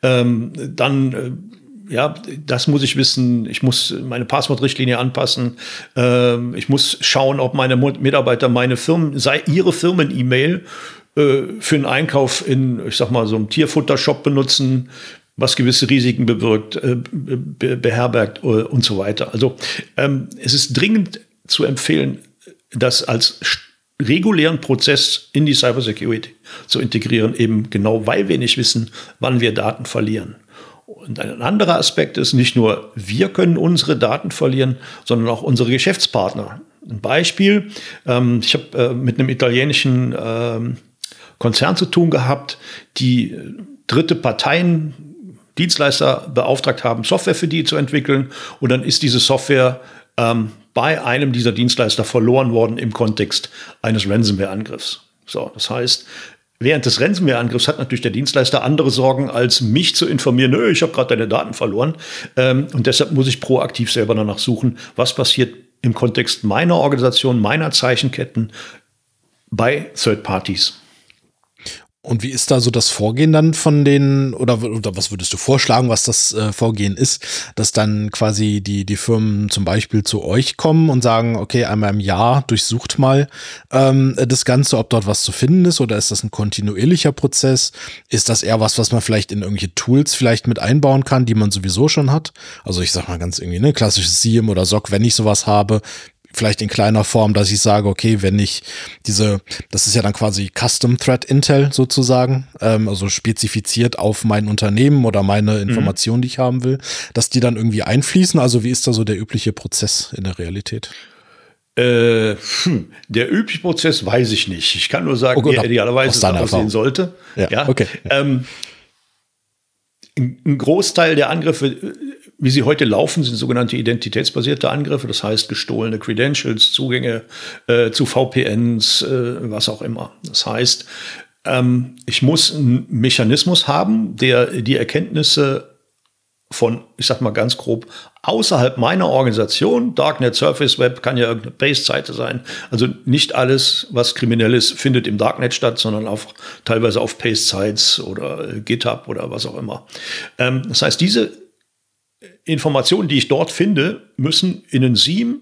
Ja, das muss ich wissen. Ich muss meine Passwortrichtlinie anpassen. Ich muss schauen, ob meine Mitarbeiter ihre Firmen-E-Mail für einen Einkauf in, ich sag mal, so einem Tierfuttershop benutzen, was gewisse Risiken bewirkt, beherbergt und so weiter. Also es ist dringend zu empfehlen, das als regulären Prozess in die Cybersecurity zu integrieren, eben genau, weil wir nicht wissen, wann wir Daten verlieren. Und ein anderer Aspekt ist, nicht nur wir können unsere Daten verlieren, sondern auch unsere Geschäftspartner. Ein Beispiel, ich habe mit einem italienischen Konzern zu tun gehabt, die dritte Parteien, Dienstleister beauftragt haben, Software für die zu entwickeln. Und dann ist diese Software bei einem dieser Dienstleister verloren worden im Kontext eines Ransomware-Angriffs. So, das heißt, während des Ransomware-Angriffs hat natürlich der Dienstleister andere Sorgen, als mich zu informieren, ich habe gerade deine Daten verloren. Und deshalb muss ich proaktiv selber danach suchen, was passiert im Kontext meiner Organisation, meiner Zeichenketten bei Third Parties. Und wie ist da so das Vorgehen dann von denen, oder was würdest du vorschlagen, was das Vorgehen ist, dass dann quasi die Firmen zum Beispiel zu euch kommen und sagen, okay, einmal im Jahr durchsucht mal das Ganze, ob dort was zu finden ist, oder ist das ein kontinuierlicher Prozess? Ist das eher was man vielleicht in irgendwelche Tools vielleicht mit einbauen kann, die man sowieso schon hat? Also ich sag mal ganz irgendwie, ne, klassisches SIEM oder SOC, wenn ich sowas habe, vielleicht in kleiner Form, dass ich sage, okay, wenn ich das ist ja dann quasi Custom Threat Intel sozusagen, also spezifiziert auf mein Unternehmen oder meine Informationen, die ich haben will, dass die dann irgendwie einfließen. Also wie ist da so der übliche Prozess in der Realität? Der übliche Prozess weiß ich nicht. Ich kann nur sagen, wie er idealerweise aussehen sollte. Ja. Okay. Ein Großteil der Angriffe, wie sie heute laufen, sind sogenannte identitätsbasierte Angriffe. Das heißt, gestohlene Credentials, Zugänge zu VPNs, was auch immer. Das heißt, ich muss einen Mechanismus haben, der die Erkenntnisse von, ich sag mal ganz grob, außerhalb meiner Organisation, Darknet, Surface Web, kann ja irgendeine Base-Seite sein. Also nicht alles, was kriminell ist, findet im Darknet statt, sondern auch teilweise auf Paste-Sites oder GitHub oder was auch immer. Das heißt, diese Informationen, die ich dort finde, müssen in einen SIEM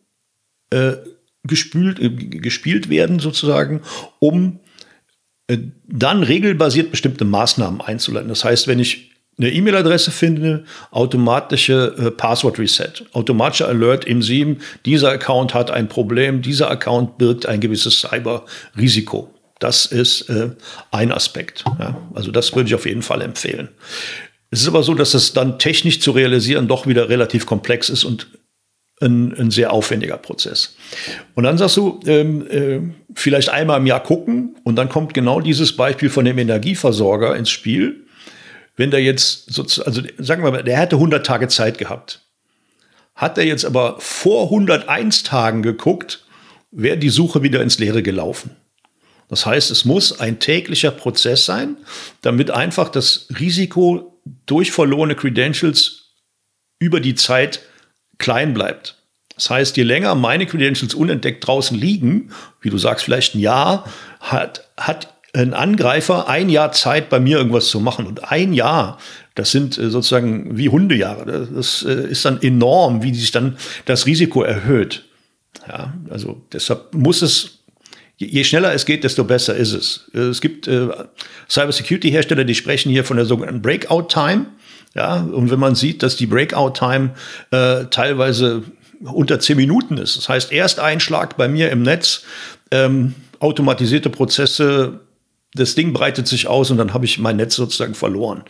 gespielt werden, sozusagen, um dann regelbasiert bestimmte Maßnahmen einzuleiten. Das heißt, wenn ich eine E-Mail-Adresse finde, automatische Passwort-Reset, automatischer Alert im SIEM, dieser Account hat ein Problem, dieser Account birgt ein gewisses Cyber-Risiko. Das ist ein Aspekt. Ja? Also das würde ich auf jeden Fall empfehlen. Es ist aber so, dass es dann technisch zu realisieren doch wieder relativ komplex ist und ein sehr aufwendiger Prozess. Und dann sagst du, vielleicht einmal im Jahr gucken, und dann kommt genau dieses Beispiel von dem Energieversorger ins Spiel. Wenn der jetzt, also sagen wir mal, der hätte 100 Tage Zeit gehabt. Hat er jetzt aber vor 101 Tagen geguckt, wäre die Suche wieder ins Leere gelaufen. Das heißt, es muss ein täglicher Prozess sein, damit einfach das Risiko durch verlorene Credentials über die Zeit klein bleibt. Das heißt, je länger meine Credentials unentdeckt draußen liegen, wie du sagst, vielleicht ein Jahr, hat ein Angreifer ein Jahr Zeit, bei mir irgendwas zu machen. Und ein Jahr, das sind sozusagen wie Hundejahre. Das ist dann enorm, wie sich dann das Risiko erhöht. Ja, also deshalb muss es, je schneller es geht, desto besser ist es. Es gibt Cybersecurity-Hersteller, die sprechen hier von der sogenannten Breakout-Time. Ja, und wenn man sieht, dass die Breakout-Time teilweise unter 10 Minuten ist. Das heißt, erst Einschlag bei mir im Netz, automatisierte Prozesse, das Ding breitet sich aus und dann habe ich mein Netz sozusagen verloren.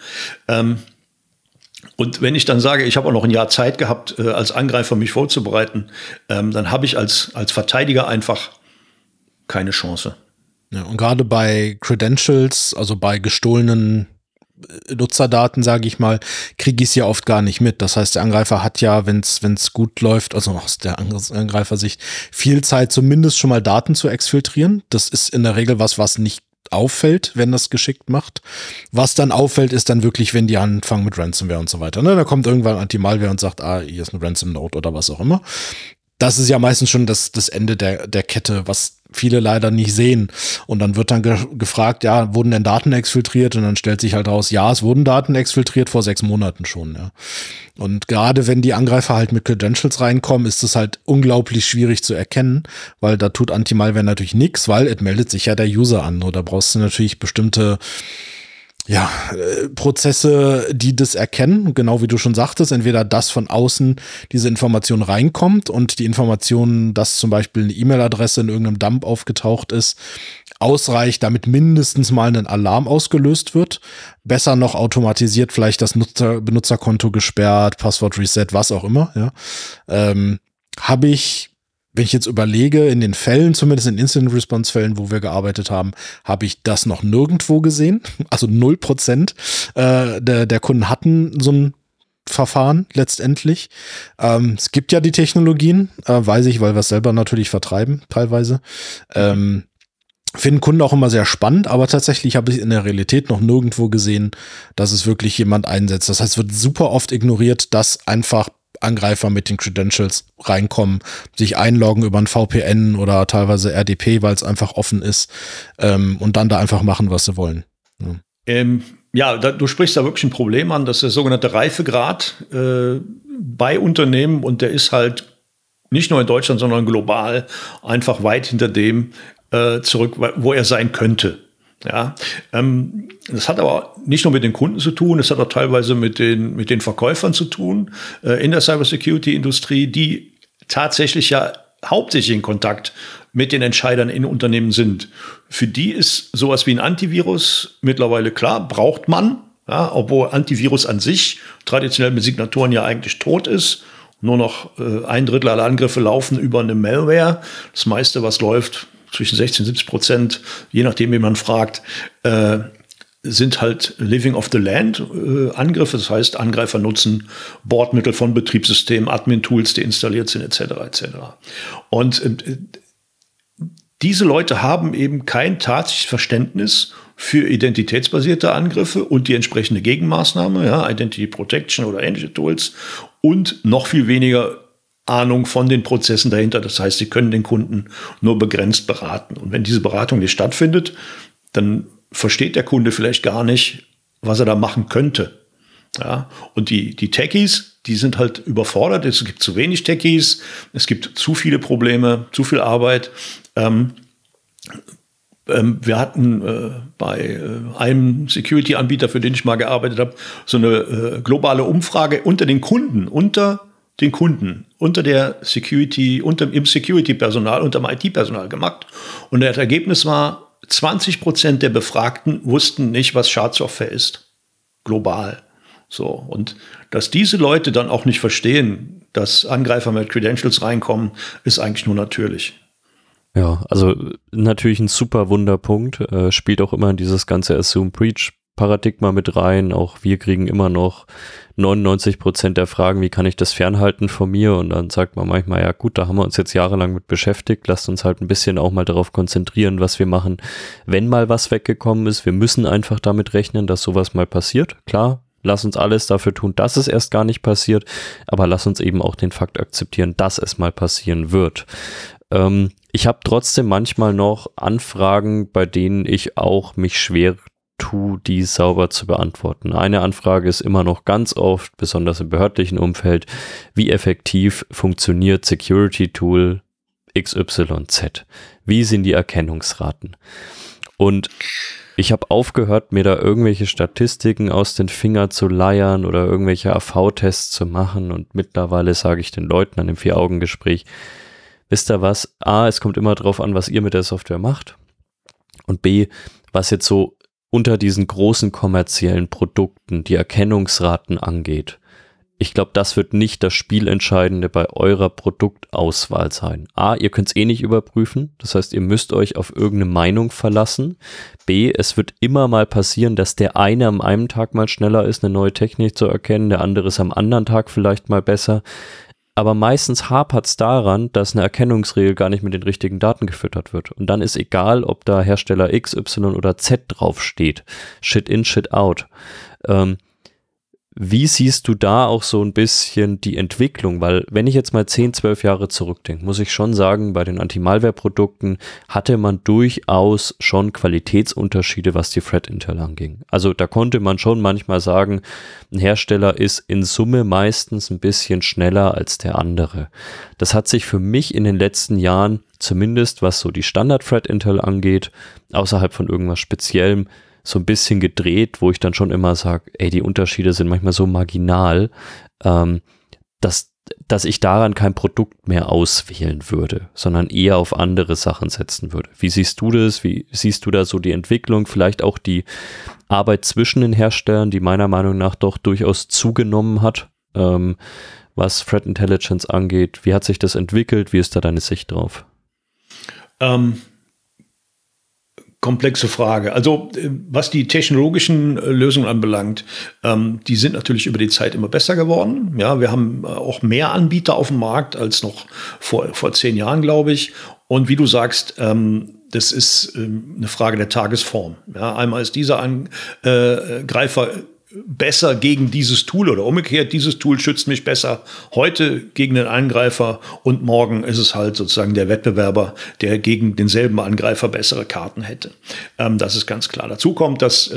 Und wenn ich dann sage, ich habe auch noch ein Jahr Zeit gehabt, als Angreifer mich vorzubereiten, dann habe ich als Verteidiger einfach keine Chance. Ja, und gerade bei Credentials, also bei gestohlenen Nutzerdaten, sage ich mal, kriege ich es ja oft gar nicht mit. Das heißt, der Angreifer hat ja, wenn es gut läuft, also aus der Angreifersicht, viel Zeit, zumindest schon mal Daten zu exfiltrieren. Das ist in der Regel was nicht auffällt, wenn das geschickt macht. Was dann auffällt, ist dann wirklich, wenn die anfangen mit Ransomware und so weiter. Ne? Da kommt irgendwann Anti-Malware und sagt, hier ist eine Ransom-Note oder was auch immer. Das ist ja meistens schon das Ende der Kette, was viele leider nicht sehen. Und dann wird dann gefragt, ja, wurden denn Daten exfiltriert? Und dann stellt sich halt raus, ja, es wurden Daten exfiltriert vor 6 Monaten schon. Ja. Und gerade wenn die Angreifer halt mit Credentials reinkommen, ist es halt unglaublich schwierig zu erkennen, weil da tut Anti-Malware natürlich nichts, weil es meldet sich ja der User an. Oder brauchst du natürlich bestimmte Prozesse, die das erkennen, genau wie du schon sagtest, entweder dass von außen diese Information reinkommt und die Information, dass zum Beispiel eine E-Mail-Adresse in irgendeinem Dump aufgetaucht ist, ausreicht, damit mindestens mal ein Alarm ausgelöst wird. Besser noch automatisiert vielleicht das Benutzerkonto gesperrt, Passwort Reset, was auch immer. Ja. Habe ich, wenn ich jetzt überlege, in den Fällen, zumindest in Incident-Response-Fällen, wo wir gearbeitet haben, habe ich das noch nirgendwo gesehen. Also 0% der Kunden hatten so ein Verfahren letztendlich. Es gibt ja die Technologien, weiß ich, weil wir es selber natürlich vertreiben teilweise. Finden Kunden auch immer sehr spannend, aber tatsächlich habe ich in der Realität noch nirgendwo gesehen, dass es wirklich jemand einsetzt. Das heißt, es wird super oft ignoriert, dass einfach Angreifer mit den Credentials reinkommen, sich einloggen über ein VPN oder teilweise RDP, weil es einfach offen ist, und dann da einfach machen, was sie wollen. Ja. Du sprichst da wirklich ein Problem an, das ist der sogenannte Reifegrad bei Unternehmen, und der ist halt nicht nur in Deutschland, sondern global einfach weit hinter dem zurück, wo er sein könnte. Ja, das hat aber nicht nur mit den Kunden zu tun, es hat auch teilweise mit den Verkäufern zu tun in der Cybersecurity-Industrie, die tatsächlich ja hauptsächlich in Kontakt mit den Entscheidern in Unternehmen sind. Für die ist sowas wie ein Antivirus mittlerweile klar, braucht man, ja, obwohl Antivirus an sich traditionell mit Signaturen ja eigentlich tot ist. Nur noch 1/3 aller Angriffe laufen über eine Malware. Das meiste, was läuft, zwischen 60-70%, je nachdem, wie man fragt, sind halt Living off the Land Angriffe. Das heißt, Angreifer nutzen Bordmittel von Betriebssystemen, Admin-Tools, die installiert sind, etc. etc. Und diese Leute haben eben kein tatsächliches Verständnis für identitätsbasierte Angriffe und die entsprechende Gegenmaßnahme, ja, Identity Protection oder ähnliche Tools, und noch viel weniger Ahnung von den Prozessen dahinter. Das heißt, sie können den Kunden nur begrenzt beraten. Und wenn diese Beratung nicht stattfindet, dann versteht der Kunde vielleicht gar nicht, was er da machen könnte. Ja? Und die Techies, die sind halt überfordert. Es gibt zu wenig Techies, es gibt zu viele Probleme, zu viel Arbeit. Wir hatten bei einem Security-Anbieter, für den ich mal gearbeitet habe, so eine globale Umfrage unter den Kunden, unter der Security, im Security-Personal, unter dem IT-Personal gemacht. Und das Ergebnis war, 20% der Befragten wussten nicht, was Schadsoftware ist. Global. So. Und dass diese Leute dann auch nicht verstehen, dass Angreifer mit Credentials reinkommen, ist eigentlich nur natürlich. Ja, also natürlich ein super Wunderpunkt. Spielt auch immer in dieses ganze Assume-Breach-Paradigma mit rein. Auch wir kriegen immer noch 99% der Fragen, wie kann ich das fernhalten von mir? Und dann sagt man manchmal, ja gut, da haben wir uns jetzt jahrelang mit beschäftigt, lasst uns halt ein bisschen auch mal darauf konzentrieren, was wir machen, wenn mal was weggekommen ist. Wir müssen einfach damit rechnen, dass sowas mal passiert. Klar, lass uns alles dafür tun, dass es erst gar nicht passiert, aber lass uns eben auch den Fakt akzeptieren, dass es mal passieren wird. Ich habe trotzdem manchmal noch Anfragen, bei denen ich auch mich schwer die sauber zu beantworten. Eine Anfrage ist immer noch ganz oft, besonders im behördlichen Umfeld, wie effektiv funktioniert Security Tool XYZ? Wie sind die Erkennungsraten? Und ich habe aufgehört, mir da irgendwelche Statistiken aus den Fingern zu leiern oder irgendwelche AV-Tests zu machen, und mittlerweile sage ich den Leuten an dem 4-Augen-Gespräch, wisst ihr was? A, es kommt immer drauf an, was ihr mit der Software macht, und B, was jetzt so unter diesen großen kommerziellen Produkten die Erkennungsraten angeht, ich glaube, das wird nicht das Spielentscheidende bei eurer Produktauswahl sein. A, ihr könnt es eh nicht überprüfen, das heißt, ihr müsst euch auf irgendeine Meinung verlassen. B, es wird immer mal passieren, dass der eine am einen Tag mal schneller ist, eine neue Technik zu erkennen, der andere ist am anderen Tag vielleicht mal besser. Aber meistens hapert es daran, dass eine Erkennungsregel gar nicht mit den richtigen Daten gefüttert wird. Und dann ist egal, ob da Hersteller X, Y oder Z draufsteht. Shit in, shit out. Wie siehst du da auch so ein bisschen die Entwicklung? Weil wenn ich jetzt mal 10, 12 Jahre zurückdenke, muss ich schon sagen, bei den Anti-Malware-Produkten hatte man durchaus schon Qualitätsunterschiede, was die Threat Intel anging. Also da konnte man schon manchmal sagen, ein Hersteller ist in Summe meistens ein bisschen schneller als der andere. Das hat sich für mich in den letzten Jahren, zumindest was so die Standard-Threat Intel angeht, außerhalb von irgendwas Speziellem, so ein bisschen gedreht, wo ich dann schon immer sage, ey, die Unterschiede sind manchmal so marginal, dass ich daran kein Produkt mehr auswählen würde, sondern eher auf andere Sachen setzen würde. Wie siehst du das? Wie siehst du da so die Entwicklung? Vielleicht auch die Arbeit zwischen den Herstellern, die meiner Meinung nach doch durchaus zugenommen hat, was Threat Intelligence angeht. Wie hat sich das entwickelt? Wie ist da deine Sicht drauf? Komplexe Frage. Also was die technologischen Lösungen anbelangt, die sind natürlich über die Zeit immer besser geworden. Ja, wir haben auch mehr Anbieter auf dem Markt als noch vor 10 Jahren, glaube ich. Und wie du sagst, das ist eine Frage der Tagesform. Ja, einmal ist dieser Angreifer besser gegen dieses Tool oder umgekehrt, dieses Tool schützt mich besser heute gegen den Angreifer und morgen ist es halt sozusagen der Wettbewerber, der gegen denselben Angreifer bessere Karten hätte. Das ist ganz klar. Dazu kommt, dass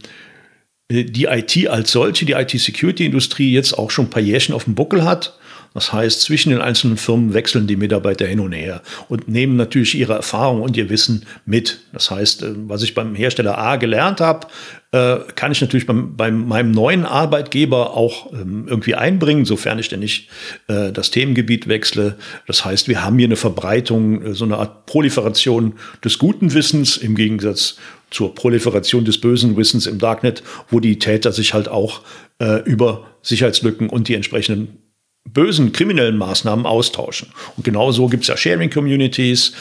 die IT als solche, die IT-Security-Industrie jetzt auch schon ein paar Jährchen auf dem Buckel hat. Das heißt, zwischen den einzelnen Firmen wechseln die Mitarbeiter hin und her und nehmen natürlich ihre Erfahrung und ihr Wissen mit. Das heißt, was ich beim Hersteller A gelernt habe, kann ich natürlich bei meinem neuen Arbeitgeber auch irgendwie einbringen, sofern ich denn nicht das Themengebiet wechsle. Das heißt, wir haben hier eine Verbreitung, so eine Art Proliferation des guten Wissens im Gegensatz zur Proliferation des bösen Wissens im Darknet, wo die Täter sich halt auch über Sicherheitslücken und die entsprechenden bösen kriminellen Maßnahmen austauschen. Und genauso gibt es ja Sharing-Communities.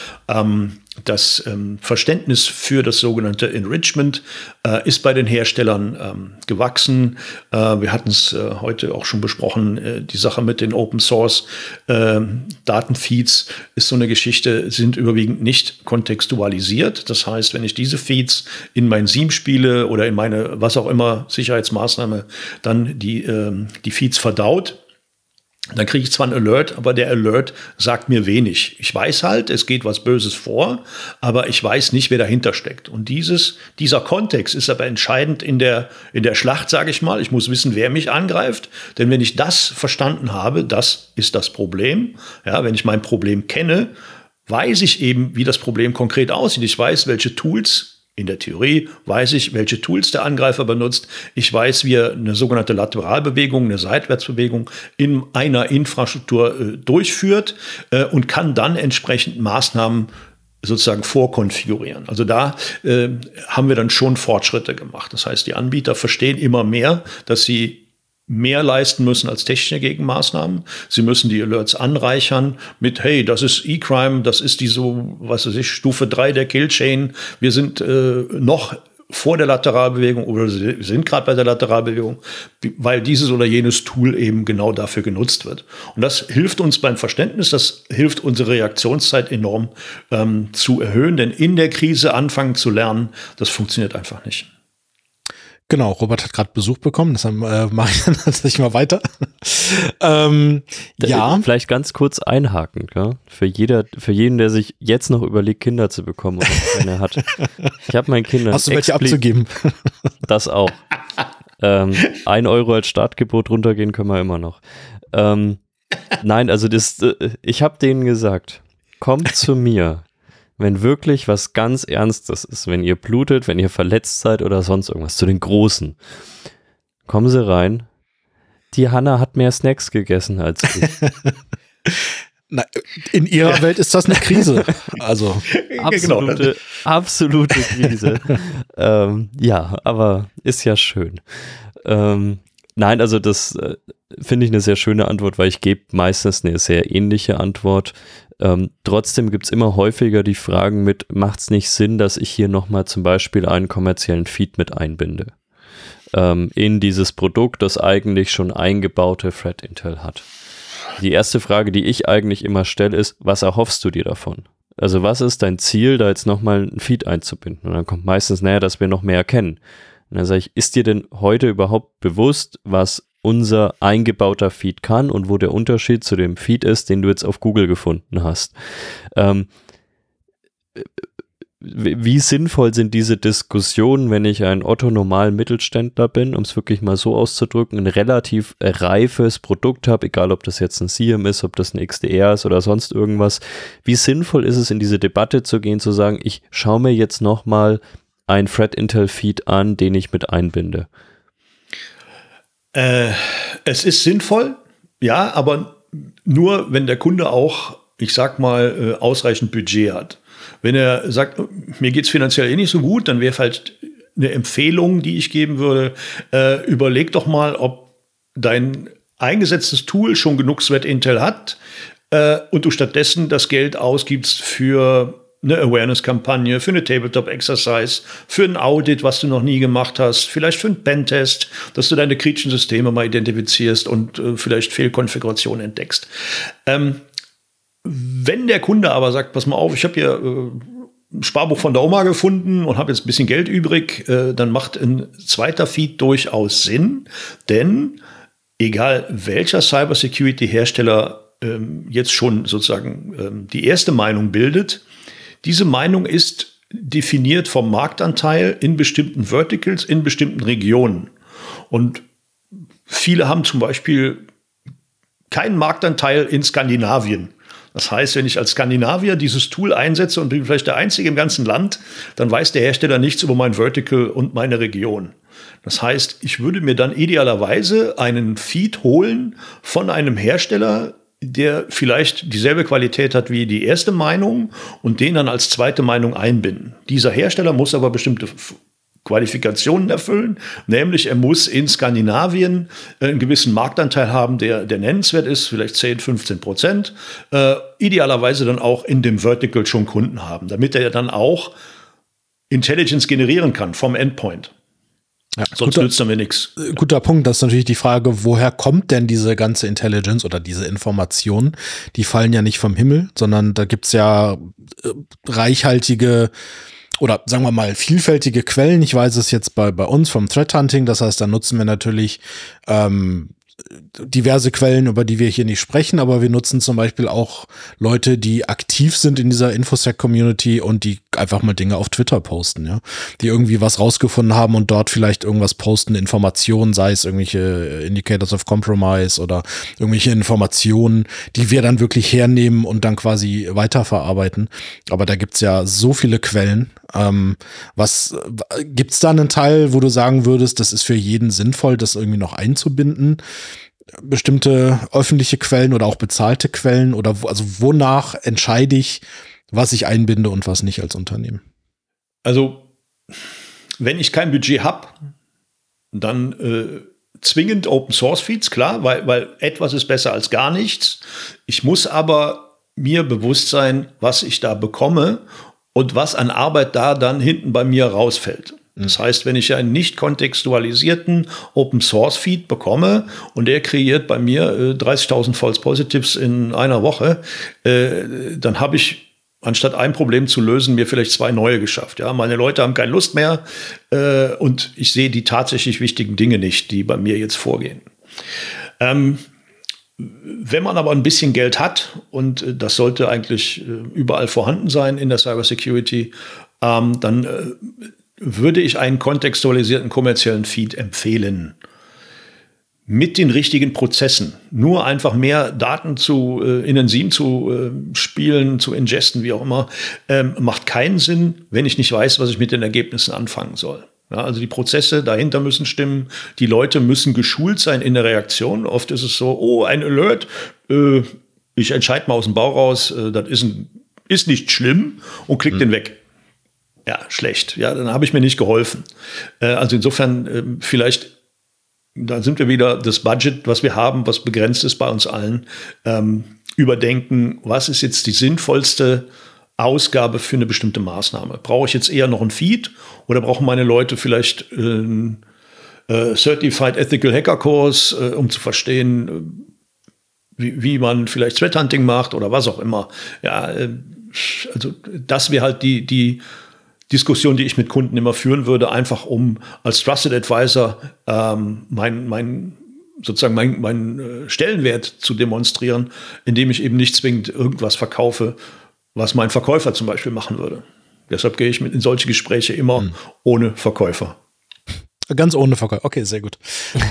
Das Verständnis für das sogenannte Enrichment ist bei den Herstellern gewachsen. Wir hatten es heute auch schon besprochen. Die Sache mit den Open-Source Datenfeeds ist so eine Geschichte, sind überwiegend nicht kontextualisiert. Das heißt, wenn ich diese Feeds in mein SIEM spiele oder in meine, was auch immer, Sicherheitsmaßnahme, dann die Feeds verdaut, dann kriege ich zwar einen Alert, aber der Alert sagt mir wenig. Ich weiß halt, es geht was Böses vor, aber ich weiß nicht, wer dahinter steckt. Und dieser Kontext ist aber entscheidend in der Schlacht, sage ich mal. Ich muss wissen, wer mich angreift. Denn wenn ich das verstanden habe, das ist das Problem. Ja, wenn ich mein Problem kenne, weiß ich eben, wie das Problem konkret aussieht. Ich weiß, welche Tools. In der Theorie weiß ich, welche Tools der Angreifer benutzt. Ich weiß, wie er eine sogenannte Lateralbewegung, eine Seitwärtsbewegung in einer Infrastruktur durchführt und kann dann entsprechend Maßnahmen sozusagen vorkonfigurieren. Also da haben wir dann schon Fortschritte gemacht. Das heißt, die Anbieter verstehen immer mehr, dass sie mehr leisten müssen als technische Gegenmaßnahmen. Sie müssen die Alerts anreichern mit, hey, das ist E-Crime, das ist die so, was weiß ich, Stufe 3 der Killchain. Wir sind noch vor der Lateralbewegung oder sind gerade bei der Lateralbewegung, weil dieses oder jenes Tool eben genau dafür genutzt wird. Und das hilft uns beim Verständnis, das hilft unsere Reaktionszeit enorm zu erhöhen, denn in der Krise anfangen zu lernen, das funktioniert einfach nicht. Genau, Robert hat gerade Besuch bekommen, deshalb mache ich dann tatsächlich mal weiter. Ja. Vielleicht ganz kurz einhaken, ja? Für jeden, der sich jetzt noch überlegt, Kinder zu bekommen oder keine hat. Ich habe meinen Kindern. Hast du welche abzugeben? Das auch. 1 Euro als Startgebot runtergehen können wir immer noch. Nein, also ich habe denen gesagt, kommt zu mir. Wenn wirklich was ganz Ernstes ist, wenn ihr blutet, wenn ihr verletzt seid oder sonst irgendwas, zu den Großen, kommen sie rein. Die Hanna hat mehr Snacks gegessen als ich. Na, in ihrer Welt ist das eine Krise. Also absolute Krise. Ja, aber ist ja schön. Nein, also das finde ich eine sehr schöne Antwort, weil ich gebe meistens eine sehr ähnliche Antwort. Trotzdem gibt es immer häufiger die Fragen mit, macht es nicht Sinn, dass ich hier nochmal zum Beispiel einen kommerziellen Feed mit einbinde in dieses Produkt, das eigentlich schon eingebaute Threat Intel hat. Die erste Frage, die ich eigentlich immer stelle, ist, was erhoffst du dir davon? Also was ist dein Ziel, da jetzt nochmal ein Feed einzubinden? Und dann kommt meistens näher, dass wir noch mehr erkennen. Und dann sage ich, ist dir denn heute überhaupt bewusst, was unser eingebauter Feed kann und wo der Unterschied zu dem Feed ist, den du jetzt auf Google gefunden hast? Wie sinnvoll sind diese Diskussionen, wenn ich ein Otto-normalen Mittelständler bin, um es wirklich mal so auszudrücken, ein relativ reifes Produkt habe, egal ob das jetzt ein SIEM ist, ob das ein XDR ist oder sonst irgendwas. Wie sinnvoll ist es, in diese Debatte zu gehen, zu sagen, ich schaue mir jetzt nochmal ein Threat Intel Feed an, den ich mit einbinde? Es ist sinnvoll, ja, aber nur, wenn der Kunde auch, ich sag mal, ausreichend Budget hat. Wenn er sagt, mir geht es finanziell eh nicht so gut, dann wäre vielleicht eine Empfehlung, die ich geben würde, überleg doch mal, ob dein eingesetztes Tool schon genug Threat Intel hat und du stattdessen das Geld ausgibst für eine Awareness-Kampagne, für eine Tabletop-Exercise, für ein Audit, was du noch nie gemacht hast, vielleicht für einen Pentest, dass du deine kritischen Systeme mal identifizierst und vielleicht Fehlkonfigurationen entdeckst. Wenn der Kunde aber sagt, pass mal auf, ich habe hier ein Sparbuch von der Oma gefunden und habe jetzt ein bisschen Geld übrig, dann macht ein zweiter Feed durchaus Sinn, denn egal welcher Cybersecurity-Hersteller jetzt schon sozusagen die erste Meinung bildet, diese Meinung ist definiert vom Marktanteil in bestimmten Verticals, in bestimmten Regionen. Und viele haben zum Beispiel keinen Marktanteil in Skandinavien. Das heißt, wenn ich als Skandinavier dieses Tool einsetze und bin vielleicht der Einzige im ganzen Land, dann weiß der Hersteller nichts über mein Vertical und meine Region. Das heißt, ich würde mir dann idealerweise einen Feed holen von einem Hersteller, der vielleicht dieselbe Qualität hat wie die erste Meinung und den dann als zweite Meinung einbinden. Dieser Hersteller muss aber bestimmte Qualifikationen erfüllen, nämlich er muss in Skandinavien einen gewissen Marktanteil haben, der nennenswert ist, vielleicht 10-15%, idealerweise dann auch in dem Vertical schon Kunden haben, damit er dann auch Intelligence generieren kann vom Endpoint. Ja, sonst nützt er mir nichts. Guter Punkt, das ist natürlich die Frage, woher kommt denn diese ganze Intelligence oder diese Informationen? Die fallen ja nicht vom Himmel, sondern da gibt's ja reichhaltige oder sagen wir mal vielfältige Quellen. Ich weiß es jetzt bei uns vom Threat Hunting, das heißt, da nutzen wir natürlich diverse Quellen, über die wir hier nicht sprechen, aber wir nutzen zum Beispiel auch Leute, die aktiv sind in dieser Infosec-Community und die einfach mal Dinge auf Twitter posten, ja, die irgendwie was rausgefunden haben und dort vielleicht irgendwas posten, Informationen, sei es irgendwelche Indicators of Compromise oder irgendwelche Informationen, die wir dann wirklich hernehmen und dann quasi weiterverarbeiten. Aber da gibt's ja so viele Quellen. Gibt's da einen Teil, wo du sagen würdest, das ist für jeden sinnvoll, das irgendwie noch einzubinden? Bestimmte öffentliche Quellen oder auch bezahlte Quellen oder wonach entscheide ich, was ich einbinde und was nicht als Unternehmen? Also, wenn ich kein Budget habe, dann zwingend Open Source Feeds, klar, weil etwas ist besser als gar nichts. Ich muss aber mir bewusst sein, was ich da bekomme und was an Arbeit da dann hinten bei mir rausfällt. Das heißt, wenn ich einen nicht kontextualisierten Open-Source-Feed bekomme und der kreiert bei mir 30.000 False Positives in einer Woche, dann habe ich, anstatt ein Problem zu lösen, mir vielleicht 2 neue geschafft. Ja, meine Leute haben keine Lust mehr und ich sehe die tatsächlich wichtigen Dinge nicht, die bei mir jetzt vorgehen. Wenn man aber ein bisschen Geld hat, und das sollte eigentlich überall vorhanden sein in der Cybersecurity, dann würde ich einen kontextualisierten kommerziellen Feed empfehlen. Mit den richtigen Prozessen. Nur einfach mehr Daten in den SIEM zu spielen, zu ingesten, wie auch immer, macht keinen Sinn, wenn ich nicht weiß, was ich mit den Ergebnissen anfangen soll. Ja, also die Prozesse dahinter müssen stimmen, die Leute müssen geschult sein in der Reaktion. Oft ist es so, oh, ein Alert, ich entscheide mal aus dem Bauch raus, das ist nicht schlimm und klick den weg. Ja, schlecht. Ja, dann habe ich mir nicht geholfen. Also insofern vielleicht da sind wir wieder, das Budget, was wir haben, was begrenzt ist bei uns allen, überdenken, was ist jetzt die sinnvollste Ausgabe für eine bestimmte Maßnahme? Brauche ich jetzt eher noch ein Feed oder brauchen meine Leute vielleicht Certified Ethical Hacker Kurs, um zu verstehen, wie man vielleicht Threat Hunting macht oder was auch immer. Ja, also das wäre halt die Diskussion, die ich mit Kunden immer führen würde, einfach um als Trusted Advisor meinen Stellenwert zu demonstrieren, indem ich eben nicht zwingend irgendwas verkaufe, was mein Verkäufer zum Beispiel machen würde. Deshalb gehe ich in solche Gespräche immer ohne Verkäufer. Ganz ohne Verkäufer. Okay, sehr gut.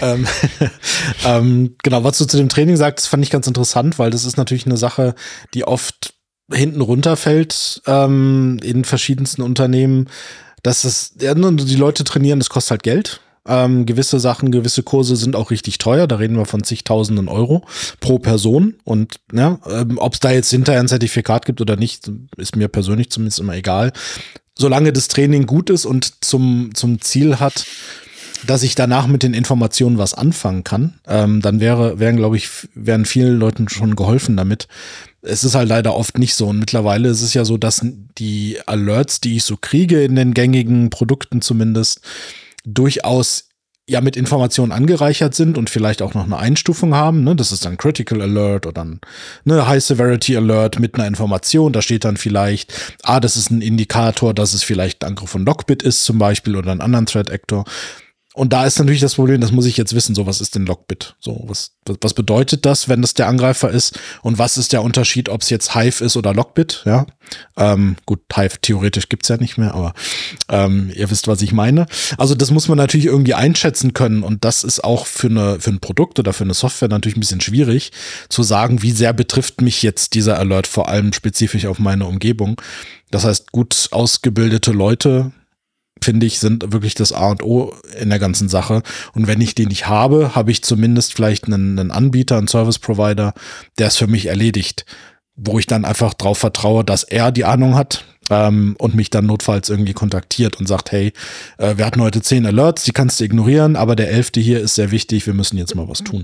Genau, was du zu dem Training sagst, fand ich ganz interessant, weil das ist natürlich eine Sache, die oft hinten runterfällt in verschiedensten Unternehmen. Dass es, ja, die Leute trainieren, das kostet halt Geld. Gewisse Sachen, gewisse Kurse sind auch richtig teuer. Da reden wir von zigtausenden Euro pro Person. Und ja, ob es da jetzt hinterher ein Zertifikat gibt oder nicht, ist mir persönlich zumindest immer egal. Solange das Training gut ist und zum Ziel hat, dass ich danach mit den Informationen was anfangen kann, dann wären vielen Leuten schon geholfen damit. Es ist halt leider oft nicht so. Und mittlerweile ist es ja so, dass die Alerts, die ich so kriege in den gängigen Produkten zumindest, durchaus ja mit Informationen angereichert sind und vielleicht auch noch eine Einstufung haben. Ne? Das ist dann Critical Alert oder eine High Severity Alert mit einer Information. Da steht dann vielleicht, das ist ein Indikator, dass es vielleicht ein Angriff von Lockbit ist zum Beispiel oder einen anderen Threat Actor. Und da ist natürlich das Problem, das muss ich jetzt wissen, so was ist denn Lockbit? So, was bedeutet das, wenn das der Angreifer ist? Und was ist der Unterschied, ob es jetzt Hive ist oder Lockbit? Ja, gut, Hive theoretisch gibt's ja nicht mehr, aber ihr wisst, was ich meine. Also das muss man natürlich irgendwie einschätzen können und das ist auch für ein Produkt oder für eine Software natürlich ein bisschen schwierig zu sagen, wie sehr betrifft mich jetzt dieser Alert, vor allem spezifisch auf meine Umgebung. Das heißt, gut ausgebildete Leute, finde ich, sind wirklich das A und O in der ganzen Sache. Und wenn ich den nicht habe, habe ich zumindest vielleicht einen Anbieter, einen Service Provider, der es für mich erledigt, wo ich dann einfach drauf vertraue, dass er die Ahnung hat und mich dann notfalls irgendwie kontaktiert und sagt, hey, wir hatten heute 10 Alerts, die kannst du ignorieren, aber der 11. hier ist sehr wichtig, wir müssen jetzt mal was tun.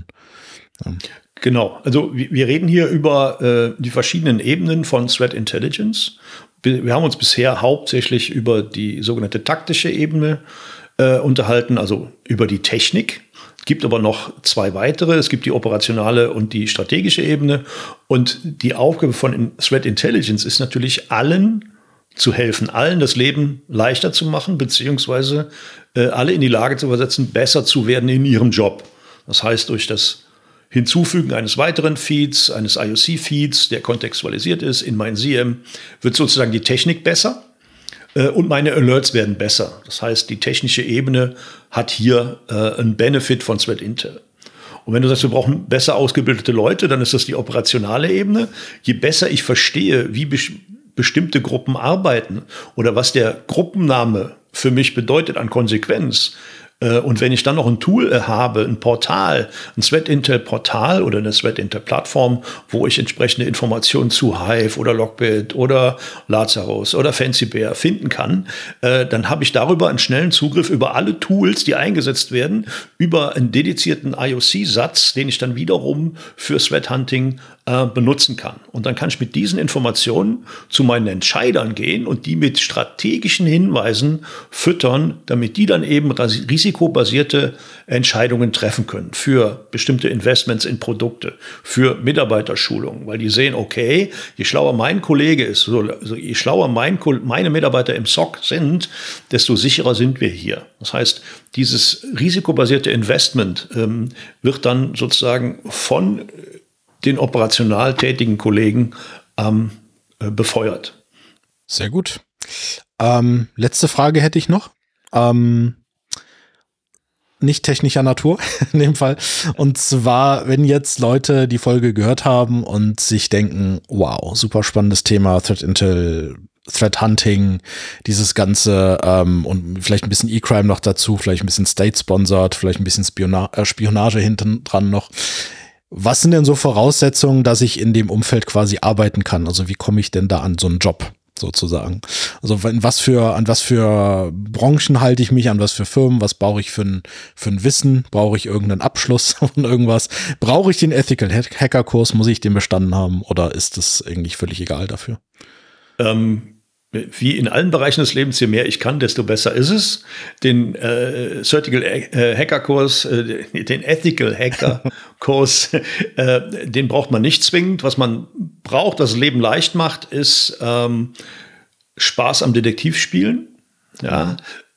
Genau, also wir reden hier über die verschiedenen Ebenen von Threat Intelligence. Wir haben uns bisher hauptsächlich über die sogenannte taktische Ebene unterhalten, also über die Technik. Es gibt aber noch 2 weitere. Es gibt die operationale und die strategische Ebene. Und die Aufgabe von Threat Intelligence ist natürlich, allen zu helfen, allen das Leben leichter zu machen, beziehungsweise alle in die Lage zu versetzen, besser zu werden in ihrem Job. Das heißt, durch das Hinzufügen eines weiteren Feeds, eines IOC-Feeds, der kontextualisiert ist in mein SIEM, wird sozusagen die Technik besser und meine Alerts werden besser. Das heißt, die technische Ebene hat hier einen Benefit von Threat Intel. Und wenn du sagst, wir brauchen besser ausgebildete Leute, dann ist das die operationale Ebene. Je besser ich verstehe, wie bestimmte Gruppen arbeiten oder was der Gruppenname für mich bedeutet an Konsequenz, und wenn ich dann noch ein Tool habe, ein Portal, ein Threat Intel Portal oder eine Threat Intel Plattform, wo ich entsprechende Informationen zu Hive oder Lockbit oder Lazarus oder Fancy Bear finden kann, dann habe ich darüber einen schnellen Zugriff über alle Tools, die eingesetzt werden, über einen dedizierten IOC-Satz, den ich dann wiederum für Threat Hunting benutzen kann. Und dann kann ich mit diesen Informationen zu meinen Entscheidern gehen und die mit strategischen Hinweisen füttern, damit die dann eben risikobasierte Entscheidungen treffen können für bestimmte Investments in Produkte, für Mitarbeiterschulungen, weil die sehen, okay, je schlauer mein Kollege ist, also je schlauer meine Mitarbeiter im SOC sind, desto sicherer sind wir hier. Das heißt, dieses risikobasierte Investment wird dann sozusagen von den operational tätigen Kollegen befeuert. Sehr gut. Letzte Frage hätte ich noch. Nicht technischer Natur in dem Fall. Und zwar, wenn jetzt Leute die Folge gehört haben und sich denken, wow, super spannendes Thema, Threat Intel, Threat Hunting, dieses Ganze und vielleicht ein bisschen E-Crime noch dazu, vielleicht ein bisschen State-sponsored, vielleicht ein bisschen Spionage hinten dran noch. Was sind denn so Voraussetzungen, dass ich in dem Umfeld quasi arbeiten kann? Also wie komme ich denn da an so einen Job? sozusagen. Also an was für Branchen halte ich mich, an was für Firmen, was brauche ich für ein Wissen, brauche ich irgendeinen Abschluss von irgendwas, brauche ich den Ethical Hacker Kurs, muss ich den bestanden haben oder ist das eigentlich völlig egal dafür? Wie in allen Bereichen des Lebens, je mehr ich kann, desto besser ist es. Den Ethical Hacker Kurs, den Ethical Hacker Kurs, den braucht man nicht zwingend. Was man braucht, was das Leben leicht macht, ist Spaß am Detektivspielen. Ja.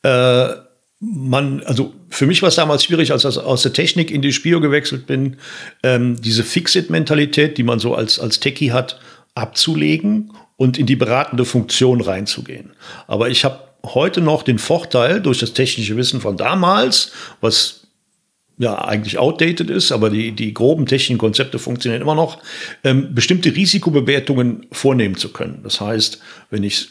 Also für mich war es damals schwierig, als ich aus der Technik in die Spio gewechselt bin, diese Fix-It-Mentalität, die man so als Techie hat, abzulegen und in die beratende Funktion reinzugehen. Aber ich habe heute noch den Vorteil durch das technische Wissen von damals, was ja eigentlich outdated ist, aber die groben technischen Konzepte funktionieren immer noch, bestimmte Risikobewertungen vornehmen zu können. Das heißt, wenn ich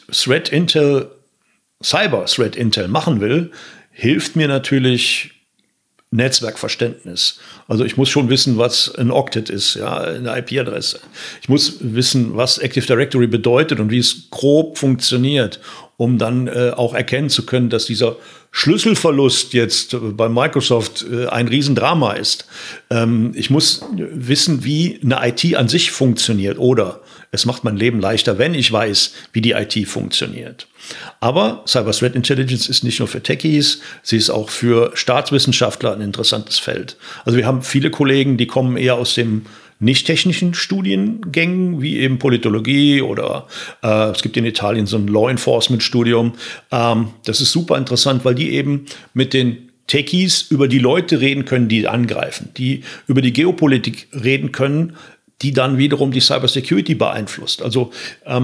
Cyber Threat Intel machen will, hilft mir natürlich Netzwerkverständnis. Also ich muss schon wissen, was ein Octet ist, ja, eine IP-Adresse. Ich muss wissen, was Active Directory bedeutet und wie es grob funktioniert, um dann auch erkennen zu können, dass dieser Schlüsselverlust jetzt bei Microsoft ein Riesendrama ist. Ich muss wissen, wie eine IT an sich funktioniert oder es macht mein Leben leichter, wenn ich weiß, wie die IT funktioniert. Aber Cyber Threat Intelligence ist nicht nur für Techies, sie ist auch für Staatswissenschaftler ein interessantes Feld. Also wir haben viele Kollegen, die kommen eher aus dem nicht-technischen Studiengängen, wie eben Politologie oder es gibt in Italien so ein Law Enforcement Studium. Das ist super interessant, weil die eben mit den Techies über die Leute reden können, die angreifen, die über die Geopolitik reden können, die dann wiederum die Cybersecurity beeinflusst. Also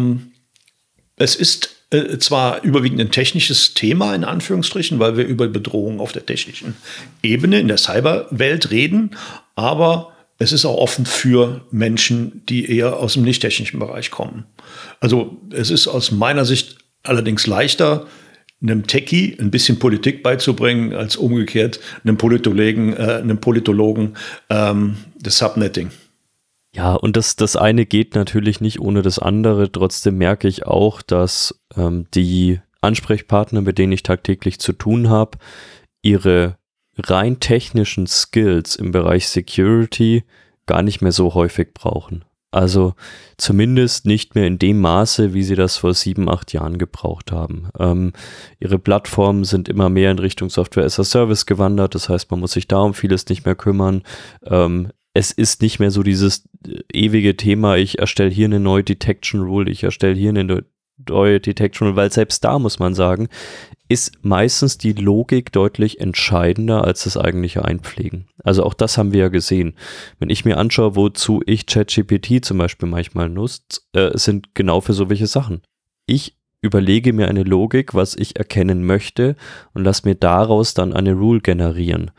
es ist zwar überwiegend ein technisches Thema, in Anführungsstrichen, weil wir über Bedrohungen auf der technischen Ebene in der Cyberwelt reden, aber es ist auch offen für Menschen, die eher aus dem nicht-technischen Bereich kommen. Also es ist aus meiner Sicht allerdings leichter, einem Techie ein bisschen Politik beizubringen, als umgekehrt einem Politologen das Subnetting. Ja, und das eine geht natürlich nicht ohne das andere. Trotzdem merke ich auch, dass die Ansprechpartner, mit denen ich tagtäglich zu tun habe, ihre rein technischen Skills im Bereich Security gar nicht mehr so häufig brauchen. Also zumindest nicht mehr in dem Maße, wie sie das vor 7, 8 Jahren gebraucht haben. Ihre Plattformen sind immer mehr in Richtung Software as a Service gewandert. Das heißt, man muss sich da um vieles nicht mehr kümmern. Es ist nicht mehr so dieses ewige Thema, ich erstelle hier eine neue Detection Rule, ich erstelle hier eine neue Detection Rule, weil selbst da muss man sagen, ist meistens die Logik deutlich entscheidender als das eigentliche Einpflegen. Also auch das haben wir ja gesehen. Wenn ich mir anschaue, wozu ich ChatGPT zum Beispiel manchmal nutze, sind genau für so welche Sachen. Ich überlege mir eine Logik, was ich erkennen möchte und lasse mir daraus dann eine Rule generieren.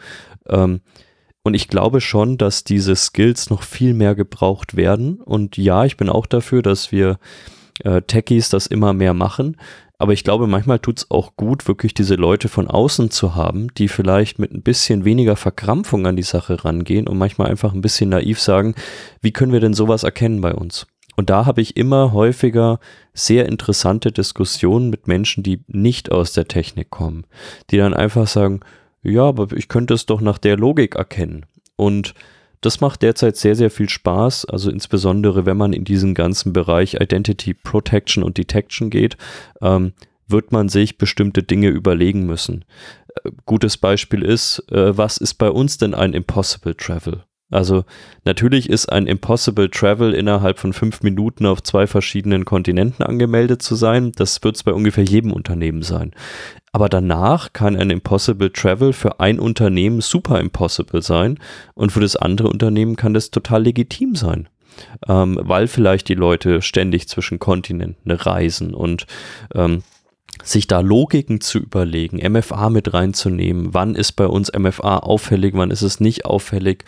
Und ich glaube schon, dass diese Skills noch viel mehr gebraucht werden. Und ja, ich bin auch dafür, dass wir Techies das immer mehr machen. Aber ich glaube, manchmal tut es auch gut, wirklich diese Leute von außen zu haben, die vielleicht mit ein bisschen weniger Verkrampfung an die Sache rangehen und manchmal einfach ein bisschen naiv sagen, wie können wir denn sowas erkennen bei uns? Und da habe ich immer häufiger sehr interessante Diskussionen mit Menschen, die nicht aus der Technik kommen, die dann einfach sagen, ja, aber ich könnte es doch nach der Logik erkennen. Und das macht derzeit sehr, sehr viel Spaß, also insbesondere wenn man in diesen ganzen Bereich Identity Protection und Detection geht, wird man sich bestimmte Dinge überlegen müssen. Gutes Beispiel ist, was ist bei uns denn ein Impossible Travel? Also natürlich ist ein Impossible Travel innerhalb von 5 Minuten auf 2 verschiedenen Kontinenten angemeldet zu sein. Das wird es bei ungefähr jedem Unternehmen sein. Aber danach kann ein Impossible Travel für ein Unternehmen super impossible sein und für das andere Unternehmen kann das total legitim sein. Weil vielleicht die Leute ständig zwischen Kontinenten reisen und sich da Logiken zu überlegen, MFA mit reinzunehmen, wann ist bei uns MFA auffällig, wann ist es nicht auffällig.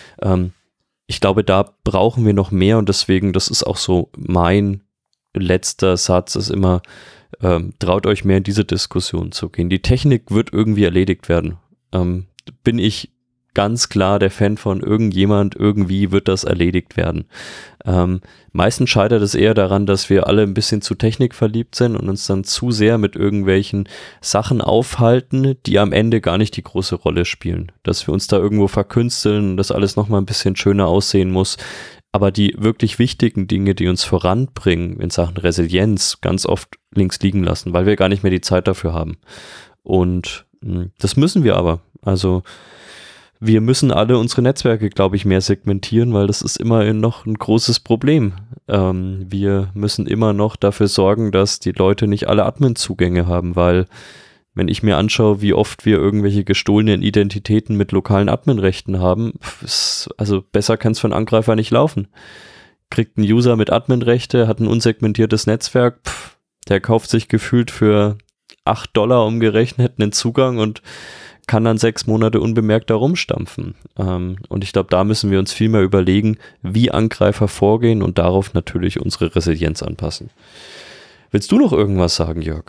Ich glaube, da brauchen wir noch mehr und deswegen, das ist auch so mein letzter Satz, ist immer, traut euch mehr in diese Diskussion zu gehen. Die Technik wird irgendwie erledigt werden. Bin ich ganz klar der Fan von irgendjemand, irgendwie wird das erledigt werden. Meistens scheitert es eher daran, dass wir alle ein bisschen zu technikverliebt sind und uns dann zu sehr mit irgendwelchen Sachen aufhalten, die am Ende gar nicht die große Rolle spielen. Dass wir uns da irgendwo verkünsteln und das alles nochmal ein bisschen schöner aussehen muss. Aber die wirklich wichtigen Dinge, die uns voranbringen in Sachen Resilienz, ganz oft links liegen lassen, weil wir gar nicht mehr die Zeit dafür haben. Und das müssen wir aber. Also wir müssen alle unsere Netzwerke, glaube ich, mehr segmentieren, weil das ist immerhin noch ein großes Problem. Wir müssen immer noch dafür sorgen, dass die Leute nicht alle Admin-Zugänge haben, weil wenn ich mir anschaue, wie oft wir irgendwelche gestohlenen Identitäten mit lokalen Admin-Rechten haben, also besser kann es für einen Angreifer nicht laufen. Kriegt ein User mit Admin-Rechte, hat ein unsegmentiertes Netzwerk, der kauft sich gefühlt für $8 umgerechnet einen Zugang und kann dann 6 Monate unbemerkt da rumstampfen. Und ich glaube, da müssen wir uns viel mehr überlegen, wie Angreifer vorgehen und darauf natürlich unsere Resilienz anpassen. Willst du noch irgendwas sagen, Jörg?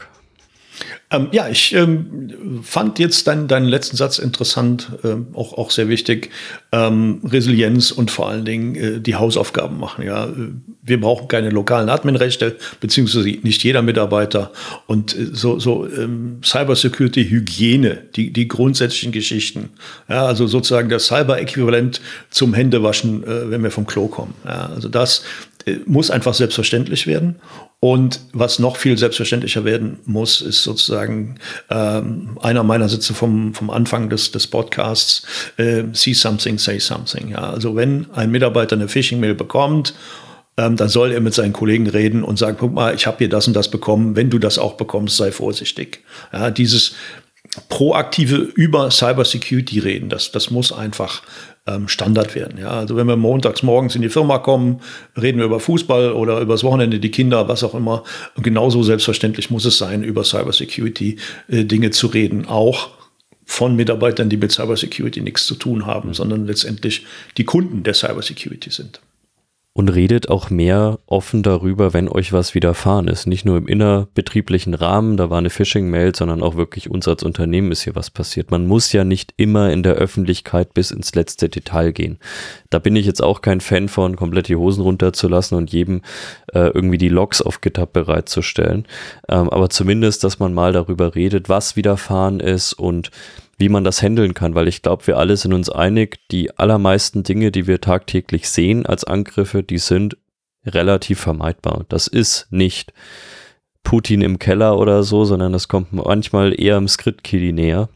Ja, ich fand jetzt deinen letzten Satz interessant, auch sehr wichtig. Resilienz und vor allen Dingen die Hausaufgaben machen. Ja, wir brauchen keine lokalen Adminrechte, beziehungsweise nicht jeder Mitarbeiter. Und so Cybersecurity, Hygiene, die grundsätzlichen Geschichten. Ja, also sozusagen das Cyber-Äquivalent zum Händewaschen, wenn wir vom Klo kommen. Ja, also das muss einfach selbstverständlich werden. Und was noch viel selbstverständlicher werden muss, ist sozusagen einer meiner Sätze vom Anfang des Podcasts, see something, say something. Ja, also wenn ein Mitarbeiter eine Phishing-Mail bekommt, dann soll er mit seinen Kollegen reden und sagen, guck mal, ich habe hier das und das bekommen, wenn du das auch bekommst, sei vorsichtig. Ja, dieses proaktive über Cybersecurity reden, das muss einfach Standard werden. Ja, also wenn wir montags morgens in die Firma kommen, reden wir über Fußball oder übers Wochenende die Kinder, was auch immer. Und genauso selbstverständlich muss es sein, über Cybersecurity Dinge zu reden, auch von Mitarbeitern, die mit Cybersecurity nichts zu tun haben, sondern letztendlich die Kunden der Cybersecurity sind. Und redet auch mehr offen darüber, wenn euch was widerfahren ist. Nicht nur im innerbetrieblichen Rahmen, da war eine Phishing-Mail, sondern auch wirklich uns als Unternehmen ist hier was passiert. Man muss ja nicht immer in der Öffentlichkeit bis ins letzte Detail gehen. Da bin ich jetzt auch kein Fan von, komplett die Hosen runterzulassen und jedem irgendwie die Logs auf GitHub bereitzustellen. Aber zumindest, dass man mal darüber redet, was widerfahren ist und wie man das handeln kann, weil ich glaube, wir alle sind uns einig, die allermeisten Dinge, die wir tagtäglich sehen als Angriffe, die sind relativ vermeidbar. Das ist nicht Putin im Keller oder so, sondern das kommt manchmal eher im Script-Kiddie näher,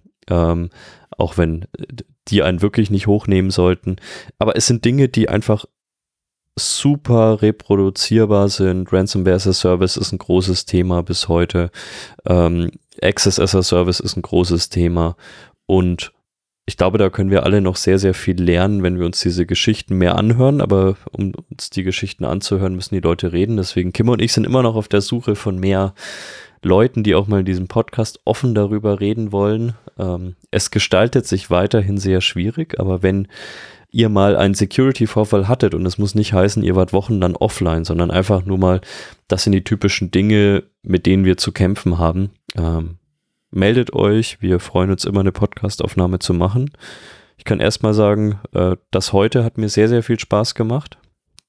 auch wenn die einen wirklich nicht hochnehmen sollten. Aber es sind Dinge, die einfach super reproduzierbar sind. Ransomware as a Service ist ein großes Thema bis heute. Access as a Service ist ein großes Thema. Und ich glaube, da können wir alle noch sehr, sehr viel lernen, wenn wir uns diese Geschichten mehr anhören. Aber um uns die Geschichten anzuhören, müssen die Leute reden. Deswegen, Kim und ich sind immer noch auf der Suche von mehr Leuten, die auch mal in diesem Podcast offen darüber reden wollen. Es gestaltet sich weiterhin sehr schwierig, aber wenn ihr mal einen Security-Vorfall hattet, und es muss nicht heißen, ihr wart wochenlang offline, sondern einfach nur mal, das sind die typischen Dinge, mit denen wir zu kämpfen haben. Meldet euch, wir freuen uns immer, eine Podcast-Aufnahme zu machen. Ich kann erstmal sagen, das heute hat mir sehr, sehr viel Spaß gemacht.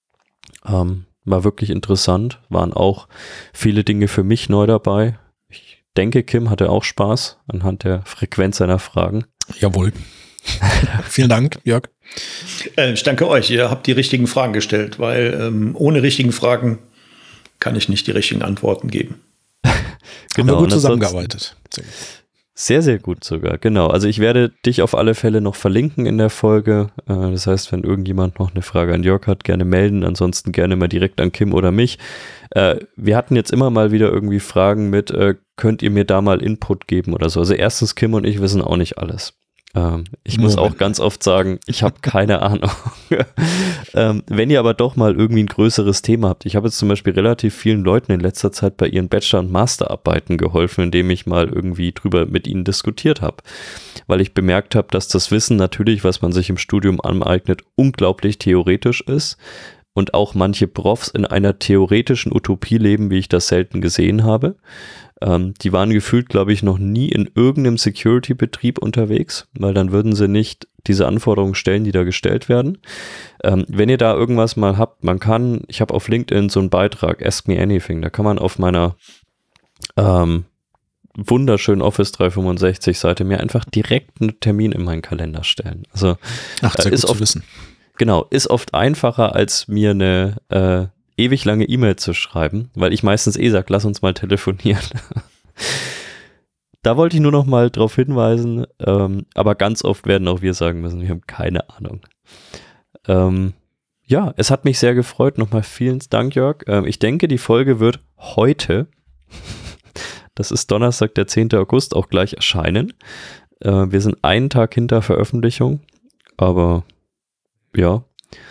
War wirklich interessant, waren auch viele Dinge für mich neu dabei. Ich denke, Kim hatte auch Spaß anhand der Frequenz seiner Fragen. Jawohl. Vielen Dank, Jörg. Ich danke euch, ihr habt die richtigen Fragen gestellt, weil ohne richtigen Fragen kann ich nicht die richtigen Antworten geben. Genau, haben wir gut zusammengearbeitet. Sehr, sehr gut sogar, genau. Also ich werde dich auf alle Fälle noch verlinken in der Folge. Das heißt, wenn irgendjemand noch eine Frage an Jörg hat, gerne melden. Ansonsten gerne mal direkt an Kim oder mich. Wir hatten jetzt immer mal wieder irgendwie Fragen mit, könnt ihr mir da mal Input geben oder so. Also erstens, Kim und ich wissen auch nicht alles. Ich muss auch ganz oft sagen, ich habe keine Ahnung. Wenn ihr aber doch mal irgendwie ein größeres Thema habt. Ich habe jetzt zum Beispiel relativ vielen Leuten in letzter Zeit bei ihren Bachelor- und Masterarbeiten geholfen, indem ich mal irgendwie drüber mit ihnen diskutiert habe. Weil ich bemerkt habe, dass das Wissen natürlich, was man sich im Studium aneignet, unglaublich theoretisch ist. Und auch manche Profs in einer theoretischen Utopie leben, wie ich das selten gesehen habe. Die waren gefühlt, glaube ich, noch nie in irgendeinem Security-Betrieb unterwegs, weil dann würden sie nicht diese Anforderungen stellen, die da gestellt werden. Wenn ihr da irgendwas mal habt, ich habe auf LinkedIn so einen Beitrag, Ask Me Anything, da kann man auf meiner wunderschönen Office 365 Seite mir einfach direkt einen Termin in meinen Kalender stellen. Also sehr gut zu wissen. Genau, ist oft einfacher, als mir eine ewig lange E-Mail zu schreiben, weil ich meistens sage, lass uns mal telefonieren. Da wollte ich nur noch mal drauf hinweisen, aber ganz oft werden auch wir sagen müssen, wir haben keine Ahnung. Ja, es hat mich sehr gefreut. Nochmal vielen Dank, Jörg. Ich denke, die Folge wird heute, das ist Donnerstag, der 10. August, auch gleich erscheinen. Wir sind einen Tag hinter Veröffentlichung, aber ja,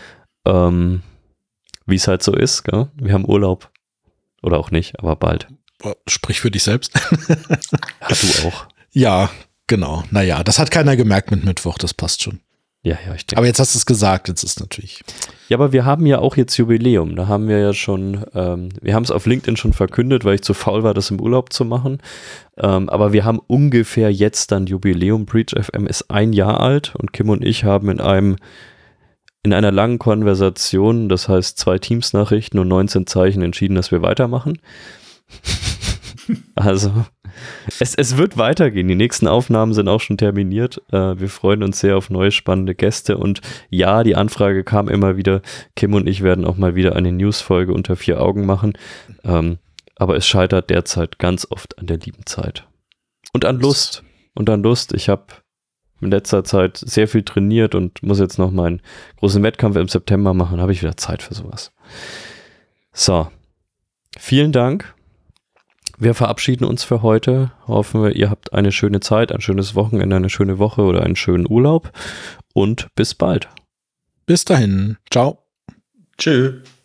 wie es halt so ist, gell? Wir haben Urlaub. Oder auch nicht, aber bald. Sprich für dich selbst. Du auch. Ja, genau. Naja, das hat keiner gemerkt mit Mittwoch, das passt schon. Ja, ich denke. Aber jetzt hast du es gesagt, jetzt ist natürlich. Ja, aber wir haben ja auch jetzt Jubiläum. Da haben wir ja schon, wir haben es auf LinkedIn schon verkündet, weil ich zu faul war, das im Urlaub zu machen. Aber wir haben ungefähr jetzt dann Jubiläum. Breach FM ist 1 Jahr alt und Kim und ich haben in einer langen Konversation, das heißt 2 Teams-Nachrichten und 19 Zeichen entschieden, dass wir weitermachen. Also, es wird weitergehen. Die nächsten Aufnahmen sind auch schon terminiert. Wir freuen uns sehr auf neue spannende Gäste und ja, die Anfrage kam immer wieder. Kim und ich werden auch mal wieder eine News-Folge unter 4 Augen machen. Aber es scheitert derzeit ganz oft an der lieben Zeit. Und an Lust. Ich habe in letzter Zeit sehr viel trainiert und muss jetzt noch meinen großen Wettkampf im September machen, habe ich wieder Zeit für sowas. So, vielen Dank. Wir verabschieden uns für heute. Hoffen wir, ihr habt eine schöne Zeit, ein schönes Wochenende, eine schöne Woche oder einen schönen Urlaub und bis bald. Bis dahin. Ciao. Tschö.